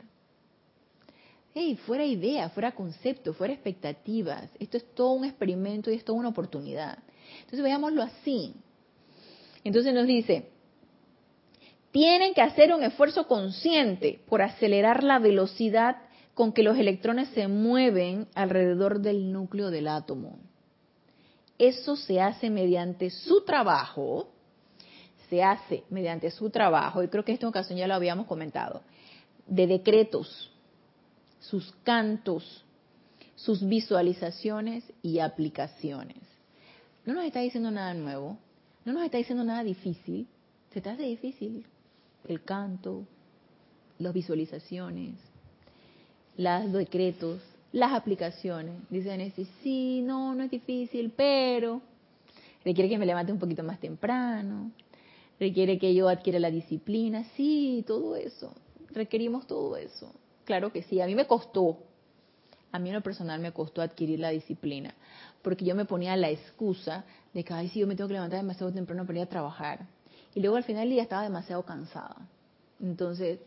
Hey, fuera idea, fuera concepto, fuera expectativas. Esto es todo un experimento y es toda una oportunidad. Entonces veámoslo así. Entonces nos dice, tienen que hacer un esfuerzo consciente por acelerar la velocidad con que los electrones se mueven alrededor del núcleo del átomo. Eso se hace mediante su trabajo, se hace mediante su trabajo, y creo que en esta ocasión ya lo habíamos comentado, de decretos, sus cantos, sus visualizaciones y aplicaciones. No nos está diciendo nada nuevo, no nos está diciendo nada difícil, se te hace difícil el canto, las visualizaciones, los decretos, las aplicaciones. Dice Anesis, sí, no, no es difícil, pero requiere que me levante un poquito más temprano, requiere que yo adquiera la disciplina, sí, todo eso, requerimos todo eso. Claro que sí, a mí me costó, a mí en lo personal me costó adquirir la disciplina, porque yo me ponía la excusa de que, ay, sí, yo me tengo que levantar demasiado temprano para ir a trabajar. Y luego al final del día estaba demasiado cansada. Entonces,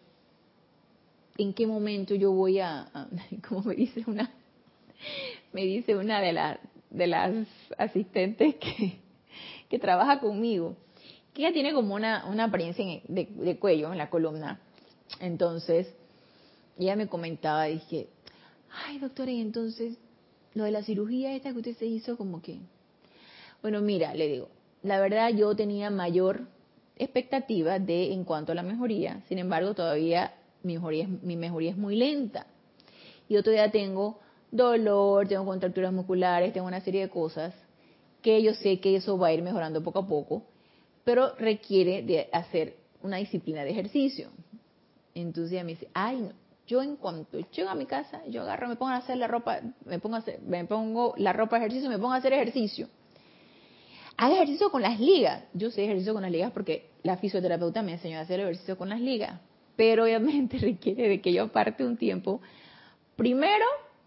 ¿en qué momento yo voy a, a como me dice una, me dice una de las de las asistentes que, que trabaja conmigo, que ella tiene como una, una apariencia en- de, de cuello en la columna. Entonces, ella me comentaba, dije, ay, doctora, y entonces, lo de la cirugía esta que usted se hizo, como que, bueno, mira, le digo, la verdad yo tenía mayor expectativa de en cuanto a la mejoría, sin embargo, todavía mi mejoría, es- mi mejoría es muy lenta. Y yo todavía tengo dolor, tengo contracturas musculares, tengo una serie de cosas que yo sé que eso va a ir mejorando poco a poco, pero requiere de hacer una disciplina de ejercicio. Entonces ella me dice, ay, no, yo en cuanto llego a mi casa, yo agarro, me pongo a hacer la ropa, me pongo, a hacer, me pongo la ropa de ejercicio, me pongo a hacer ejercicio. Haga ejercicio con las ligas. Yo sé ejercicio con las ligas porque la fisioterapeuta me enseñó a hacer ejercicio con las ligas, pero obviamente requiere de que yo aparte un tiempo, primero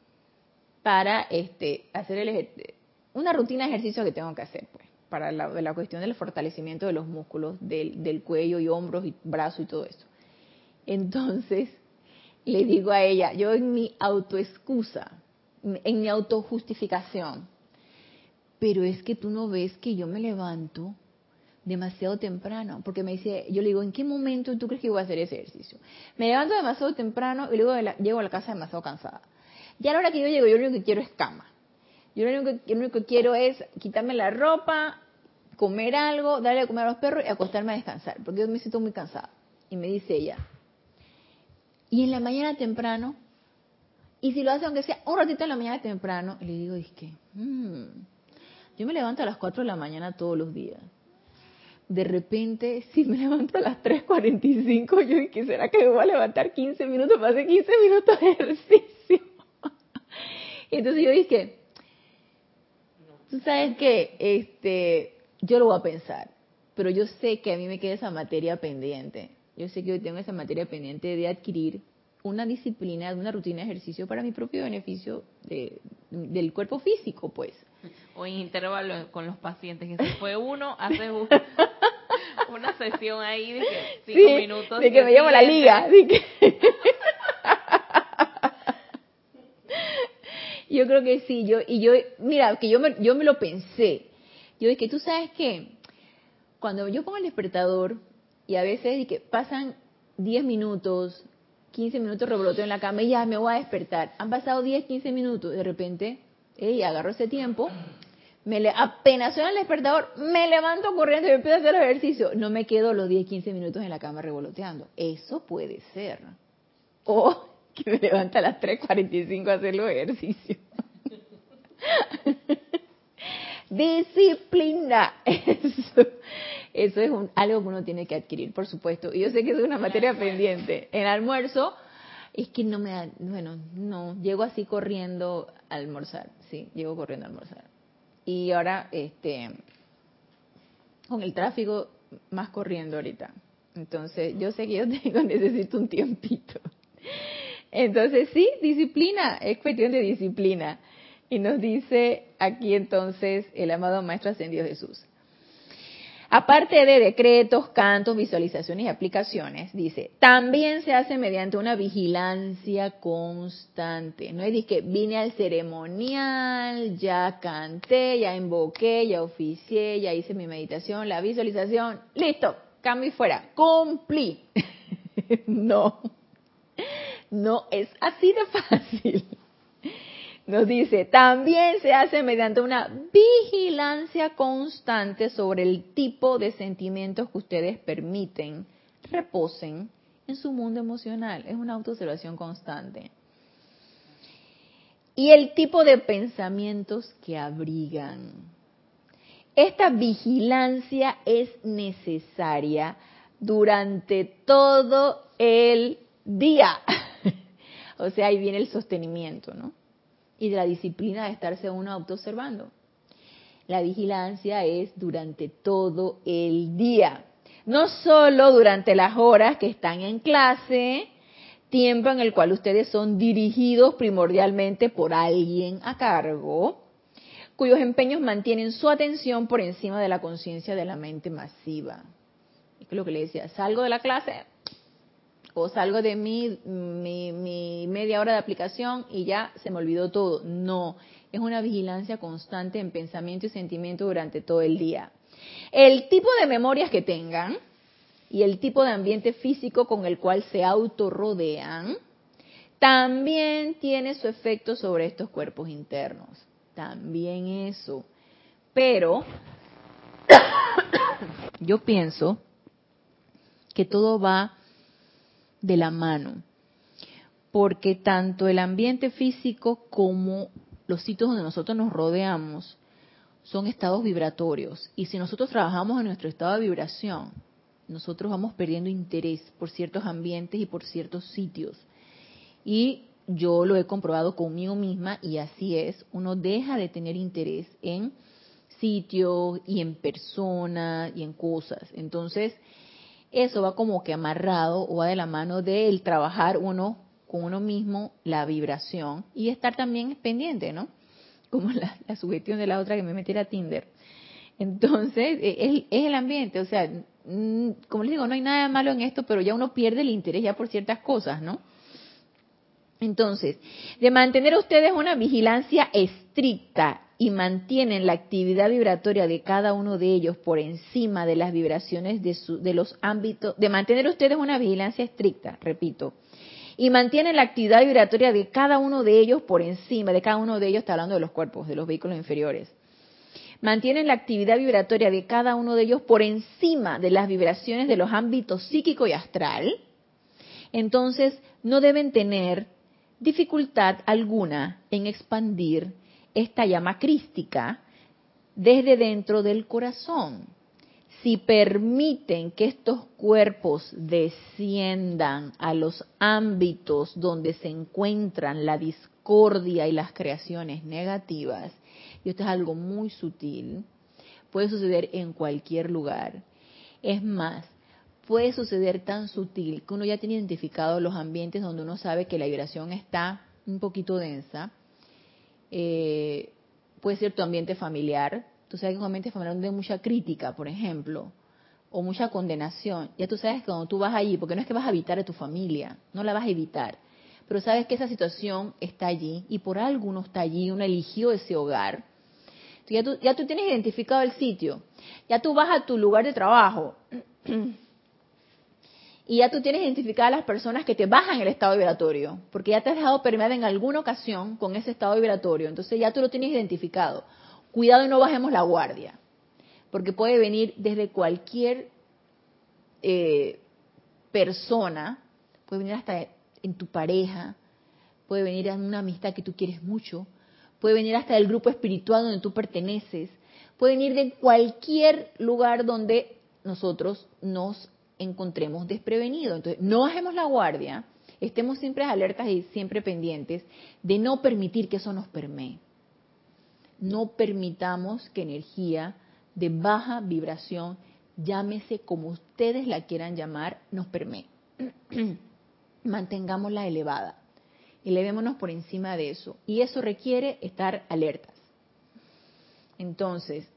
para este hacer el ejer- una rutina de ejercicio que tengo que hacer, pues, para la, la cuestión del fortalecimiento de los músculos del, del cuello y hombros y brazos y todo eso. Entonces, le digo a ella, yo en mi autoexcusa, en mi autojustificación, pero es que tú no ves que yo me levanto demasiado temprano, porque me dice, yo le digo, ¿en qué momento tú crees que voy a hacer ese ejercicio? Me levanto demasiado temprano y luego de la, llego a la casa demasiado cansada. Ya a la hora que yo llego, yo lo único que quiero es cama. Yo lo único que, lo único que quiero es quitarme la ropa, comer algo, darle a comer a los perros y acostarme a descansar, porque yo me siento muy cansada. Y me dice ella, y en la mañana temprano, y si lo hace aunque sea un ratito en la mañana temprano, y le digo, es que, hmm, yo me levanto a las cuatro de la mañana todos los días. De repente, si me levanto a las tres cuarenta y cinco, yo dije, ¿será que me voy a levantar quince minutos para hacer quince minutos de ejercicio? Entonces yo dije, tú sabes que este, yo lo voy a pensar, pero yo sé que a mí me queda esa materia pendiente. Yo sé que yo tengo esa materia pendiente de adquirir una disciplina, una rutina de ejercicio para mi propio beneficio de, del cuerpo físico, pues. O en intervalo con los pacientes, que se fue uno, hace un- una sesión ahí de que cinco Sí, minutos. de que me llevo la liga. De que... Yo creo que sí, yo y yo, mira, que yo me, yo me lo pensé. Yo dije, tú sabes qué, cuando yo pongo el despertador y a veces y que pasan diez minutos, quince minutos revoloteo en la cama y ya me voy a despertar. Han pasado diez, quince minutos, de repente, hey, agarro ese tiempo, me le, apenas suena el despertador, me levanto corriendo y empiezo a hacer ejercicio. No me quedo los diez, quince minutos en la cama revoloteando. Eso puede ser. O que me levanta a las tres cuarenta y cinco a hacer los ejercicios. Disciplina. Eso, eso es un, algo que uno tiene que adquirir, por supuesto. Y yo sé que es una materia pendiente. En almuerzo, es que no me da, bueno, no, llego así corriendo a almorzar. Sí, llego corriendo a almorzar. Y ahora, este, con el tráfico, más corriendo ahorita. Entonces, yo sé que yo tengo, necesito un tiempito. Entonces, sí, disciplina, es cuestión de disciplina. Y nos dice aquí entonces el amado Maestro Ascendido Jesús. Aparte de decretos, cantos, visualizaciones y aplicaciones, dice, también se hace mediante una vigilancia constante. No es de que vine al ceremonial, ya canté, ya invoqué, ya oficié, ya hice mi meditación, la visualización, listo, cambio y fuera, cumplí. No. No es así de fácil. Nos dice, también se hace mediante una vigilancia constante sobre el tipo de sentimientos que ustedes permiten reposen en su mundo emocional. Es una autoobservación constante. Y el tipo de pensamientos que abrigan. Esta vigilancia es necesaria durante todo el día. O sea, ahí viene el sostenimiento, ¿no? Y de la disciplina de estarse uno autoobservando. La vigilancia es durante todo el día. No solo durante las horas que están en clase, tiempo en el cual ustedes son dirigidos primordialmente por alguien a cargo, cuyos empeños mantienen su atención por encima de la conciencia de la mente masiva. Es lo que le decía, salgo de la clase o salgo de mi, mi, mi media hora de aplicación y ya se me olvidó todo. No, es una vigilancia constante en pensamiento y sentimiento durante todo el día. El tipo de memorias que tengan y el tipo de ambiente físico con el cual se autorrodean también tiene su efecto sobre estos cuerpos internos. También eso. Pero yo pienso que todo va de la mano, porque tanto el ambiente físico como los sitios donde nosotros nos rodeamos son estados vibratorios, y si nosotros trabajamos en nuestro estado de vibración, nosotros vamos perdiendo interés por ciertos ambientes y por ciertos sitios. Y yo lo he comprobado conmigo misma, y así es, uno deja de tener interés en sitios y en personas y en cosas. Entonces, eso va como que amarrado o va de la mano del trabajar uno con uno mismo la vibración y estar también pendiente, ¿no? Como la, la sugestión de la otra que me metiera a Tinder. Entonces, es, es el ambiente, o sea, como les digo, no hay nada malo en esto, pero ya uno pierde el interés ya por ciertas cosas, ¿no? Entonces, de mantener ustedes una vigilancia estricta y mantienen la actividad vibratoria de cada uno de ellos por encima de las vibraciones de, su, de los ámbitos, de mantener ustedes una vigilancia estricta, repito, y mantienen la actividad vibratoria de cada uno de ellos por encima, de cada uno de ellos, está hablando de los cuerpos, de los vehículos inferiores, mantienen la actividad vibratoria de cada uno de ellos por encima de las vibraciones de los ámbitos psíquico y astral, entonces no deben tener dificultad alguna en expandir esta llama crística desde dentro del corazón. Si permiten que estos cuerpos desciendan a los ámbitos donde se encuentran la discordia y las creaciones negativas, y esto es algo muy sutil, puede suceder en cualquier lugar. Es más, puede suceder tan sutil que uno ya tiene identificado los ambientes donde uno sabe que la vibración está un poquito densa. Eh, puede ser tu ambiente familiar. Tú sabes que es un ambiente familiar donde hay mucha crítica, por ejemplo, o mucha condenación. Ya tú sabes que cuando tú vas allí, porque no es que vas a evitar a tu familia, no la vas a evitar, pero sabes que esa situación está allí y por algo uno está allí, uno eligió ese hogar. Entonces ya tú, ya tú tienes identificado el sitio, ya tú vas a tu lugar de trabajo y ya tú tienes identificadas las personas que te bajan el estado vibratorio, porque ya te has dejado permear en alguna ocasión con ese estado vibratorio, entonces ya tú lo tienes identificado. Cuidado y no bajemos la guardia, porque puede venir desde cualquier eh, persona, puede venir hasta en tu pareja, puede venir en una amistad que tú quieres mucho, puede venir hasta del grupo espiritual donde tú perteneces, puede venir de cualquier lugar donde nosotros nos encontremos desprevenidos. Entonces, no bajemos la guardia, estemos siempre alertas y siempre pendientes de no permitir que eso nos permee. No permitamos que energía de baja vibración, llámese como ustedes la quieran llamar, nos permee. Mantengámosla elevada. Elevémonos por encima de eso. Y eso requiere estar alertas. Entonces,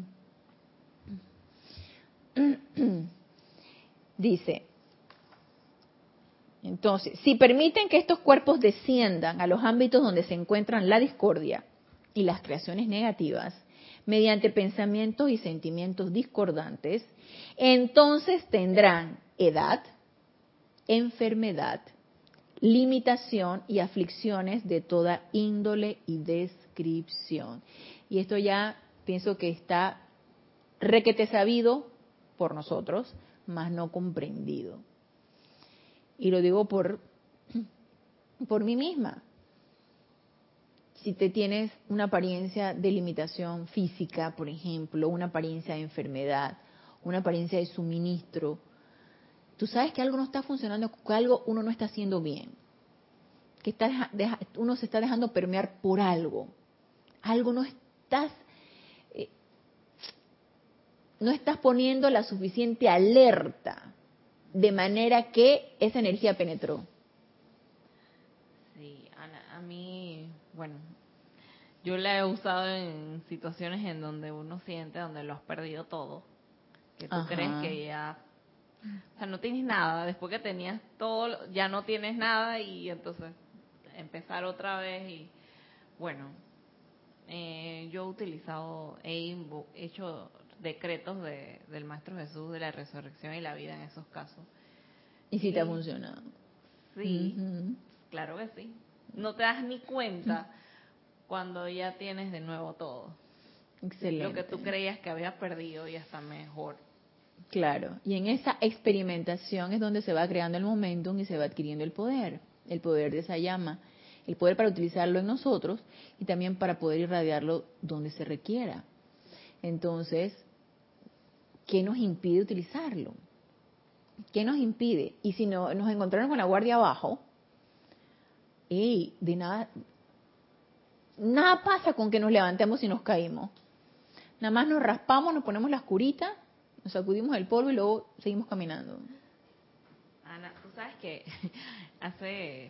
dice, entonces, si permiten que estos cuerpos desciendan a los ámbitos donde se encuentran la discordia y las creaciones negativas, mediante pensamientos y sentimientos discordantes, entonces tendrán edad, enfermedad, limitación y aflicciones de toda índole y descripción. Y esto ya pienso que está requete sabido por nosotros, mas no comprendido. Y lo digo por, por mí misma. Si te tienes una apariencia de limitación física, por ejemplo, una apariencia de enfermedad, una apariencia de suministro, tú sabes que algo no está funcionando, que algo uno no está haciendo bien, que está deja, deja, uno se está dejando permear por algo, algo no estás, eh, no estás poniendo la suficiente alerta, de manera que esa energía penetró. Sí, Ana, a mí, bueno, yo la he usado en situaciones en donde uno siente, donde lo has perdido todo, que tú Ajá. crees que ya, o sea, no tienes nada, después que tenías todo, ya no tienes nada y entonces empezar otra vez y, bueno, eh, yo he utilizado, he invo- hecho decretos de, del Maestro Jesús, de la resurrección y la vida en esos casos. Y si Y te ha funcionado. sí, Uh-huh. claro que sí. No te das ni cuenta cuando ya tienes de nuevo todo. Excelente. Lo que tú creías que habías perdido y hasta mejor. Claro, y en esa experimentación es donde se va creando el momentum y se va adquiriendo el poder, el poder de esa llama, el poder para utilizarlo en nosotros y también para poder irradiarlo donde se requiera. Entonces, ¿qué nos impide utilizarlo? ¿Qué nos impide? Y si no, nos encontramos con la guardia abajo, ¡ey! De nada, nada pasa con que nos levantemos y nos caímos. Nada más nos raspamos, nos ponemos las curitas, nos sacudimos el polvo y luego seguimos caminando. Ana, tú sabes que hace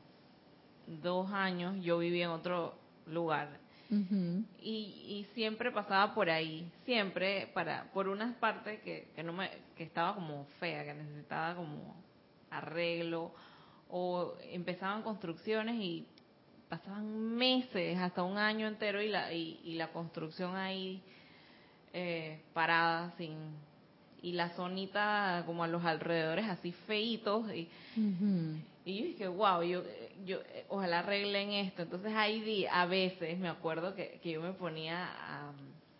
dos años yo viví en otro lugar Uh-huh. y, y siempre pasaba por ahí, siempre para por unas partes que, que no me que estaba como fea, que necesitaba como arreglo o empezaban construcciones y pasaban meses, hasta un año entero y la y, y la construcción ahí eh, parada sin y la zonita como a los alrededores así feitos y, Uh-huh. y yo dije wow, yo yo eh, ojalá arreglen esto. Entonces ahí di, a veces me acuerdo que, que yo me ponía a,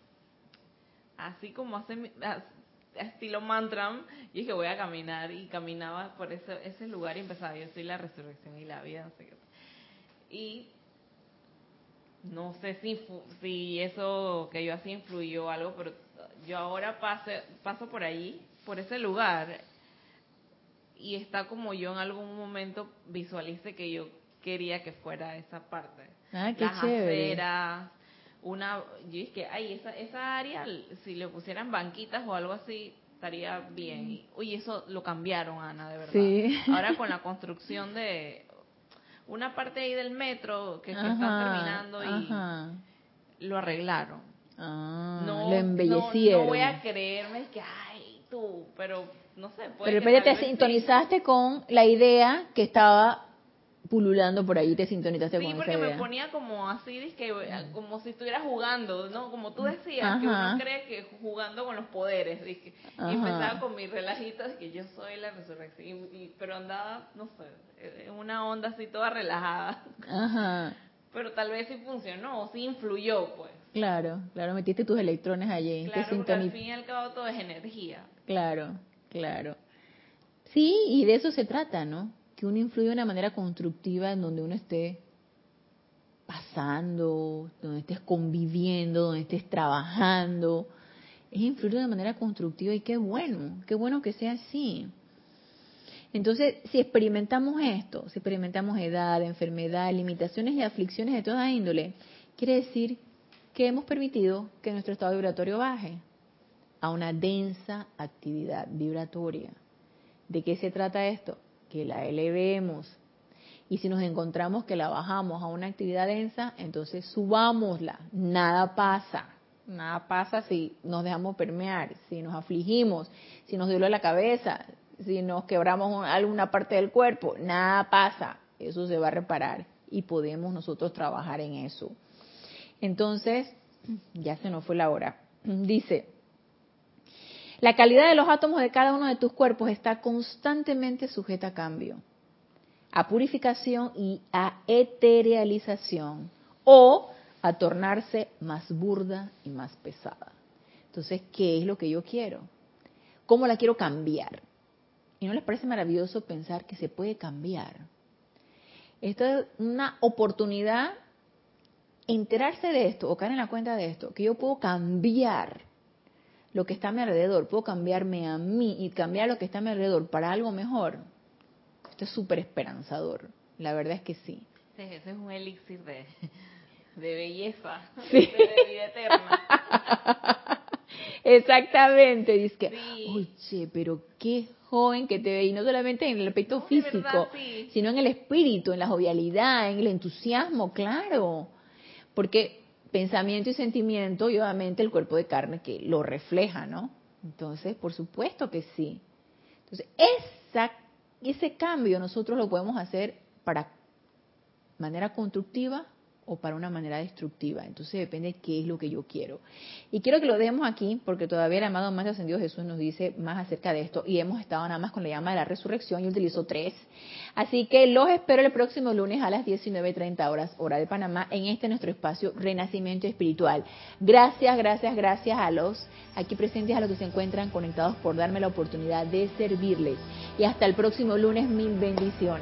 así como hace mi- a- a estilo mantra y dije voy a caminar y caminaba por ese ese lugar y empezaba yo soy la resurrección y la vida, no sé qué. Y no sé si fu- si eso que yo hacía influyó algo, pero yo ahora pase, paso por allí, por ese lugar, y está como yo en algún momento visualice que yo quería que fuera esa parte. Ah, qué Las chévere. aceras, una, yo dije, ay, esa, esa área, si le pusieran banquitas o algo así, estaría bien. Y, oye, eso lo cambiaron, Ana, de verdad. Sí. Ahora con la construcción de una parte ahí del metro que, que están Ajá, terminando y ajá. lo arreglaron. Ah, No, lo no, no voy embellecieron. a creerme que, ay, tú, pero no sé, Pero puede de que repente tal te vez sí. sintonizaste con la idea que estaba pululando por ahí, te sintonizaste Sí, con esa porque me idea. ponía como así, dizque, como si estuviera jugando, ¿no? Como tú decías, que Ajá. uno cree que jugando con los poderes, dizque. Y empezaba Ajá. con mi relajito de que yo soy la resurrección, y, y- pero andaba, no sé, en una onda así toda relajada. Ajá. Pero tal vez sí funcionó, sí influyó, pues. Claro, claro, metiste tus electrones allí, te Claro, porque al sintonizaste. fin y al cabo todo es energía. Claro, claro. Sí, y de eso se trata, ¿no? Que uno influya de una manera constructiva en donde uno esté pasando, donde estés conviviendo, donde estés trabajando. Es influir de una manera constructiva y qué bueno, qué bueno que sea así. Entonces, si experimentamos esto, si experimentamos edad, enfermedad, limitaciones y aflicciones de toda índole, quiere decir que hemos permitido que nuestro estado vibratorio baje a una densa actividad vibratoria. ¿De qué se trata esto? Que la elevemos. Y si nos encontramos que la bajamos a una actividad densa, entonces subámosla. Nada pasa. Nada pasa si nos dejamos permear, si nos afligimos, si nos duele la cabeza, si nos quebramos alguna parte del cuerpo. Nada pasa. Eso se va a reparar y podemos nosotros trabajar en eso. Entonces, ya se nos fue la hora. Dice, la calidad de los átomos de cada uno de tus cuerpos está constantemente sujeta a cambio, a purificación y a eterealización, o a tornarse más burda y más pesada. Entonces, ¿qué es lo que yo quiero? ¿Cómo la quiero cambiar? ¿Y no les parece maravilloso pensar que se puede cambiar? Esto es una oportunidad, enterarse de esto o caer en la cuenta de esto, que yo puedo cambiar lo que está a mi alrededor, puedo cambiarme a mí y cambiar lo que está a mi alrededor para algo mejor, esto es súper esperanzador. La verdad es que sí. Sí, ese es un elixir de, de belleza, Sí. de vida eterna. Exactamente, dice que, Sí. oye, pero qué joven que te ve, y no solamente en el aspecto No, de físico, verdad, sí. sino en el espíritu, en la jovialidad, en el entusiasmo, claro, porque pensamiento y sentimiento, y obviamente el cuerpo de carne que lo refleja, ¿no? Entonces, por supuesto que sí. Entonces, esa, ese cambio nosotros lo podemos hacer para manera constructiva o para una manera destructiva. Entonces depende de qué es lo que yo quiero. Y quiero que lo dejemos aquí porque todavía el amado Maestro Ascendido Jesús nos dice más acerca de esto y hemos estado nada más con la llama de la resurrección y utilizó tres. Así que los espero el próximo lunes a las diecinueve treinta horas, hora de Panamá, en este nuestro espacio Renacimiento Espiritual. Gracias, gracias, gracias a los aquí presentes, a los que se encuentran conectados por darme la oportunidad de servirles. Y hasta el próximo lunes, mil bendiciones.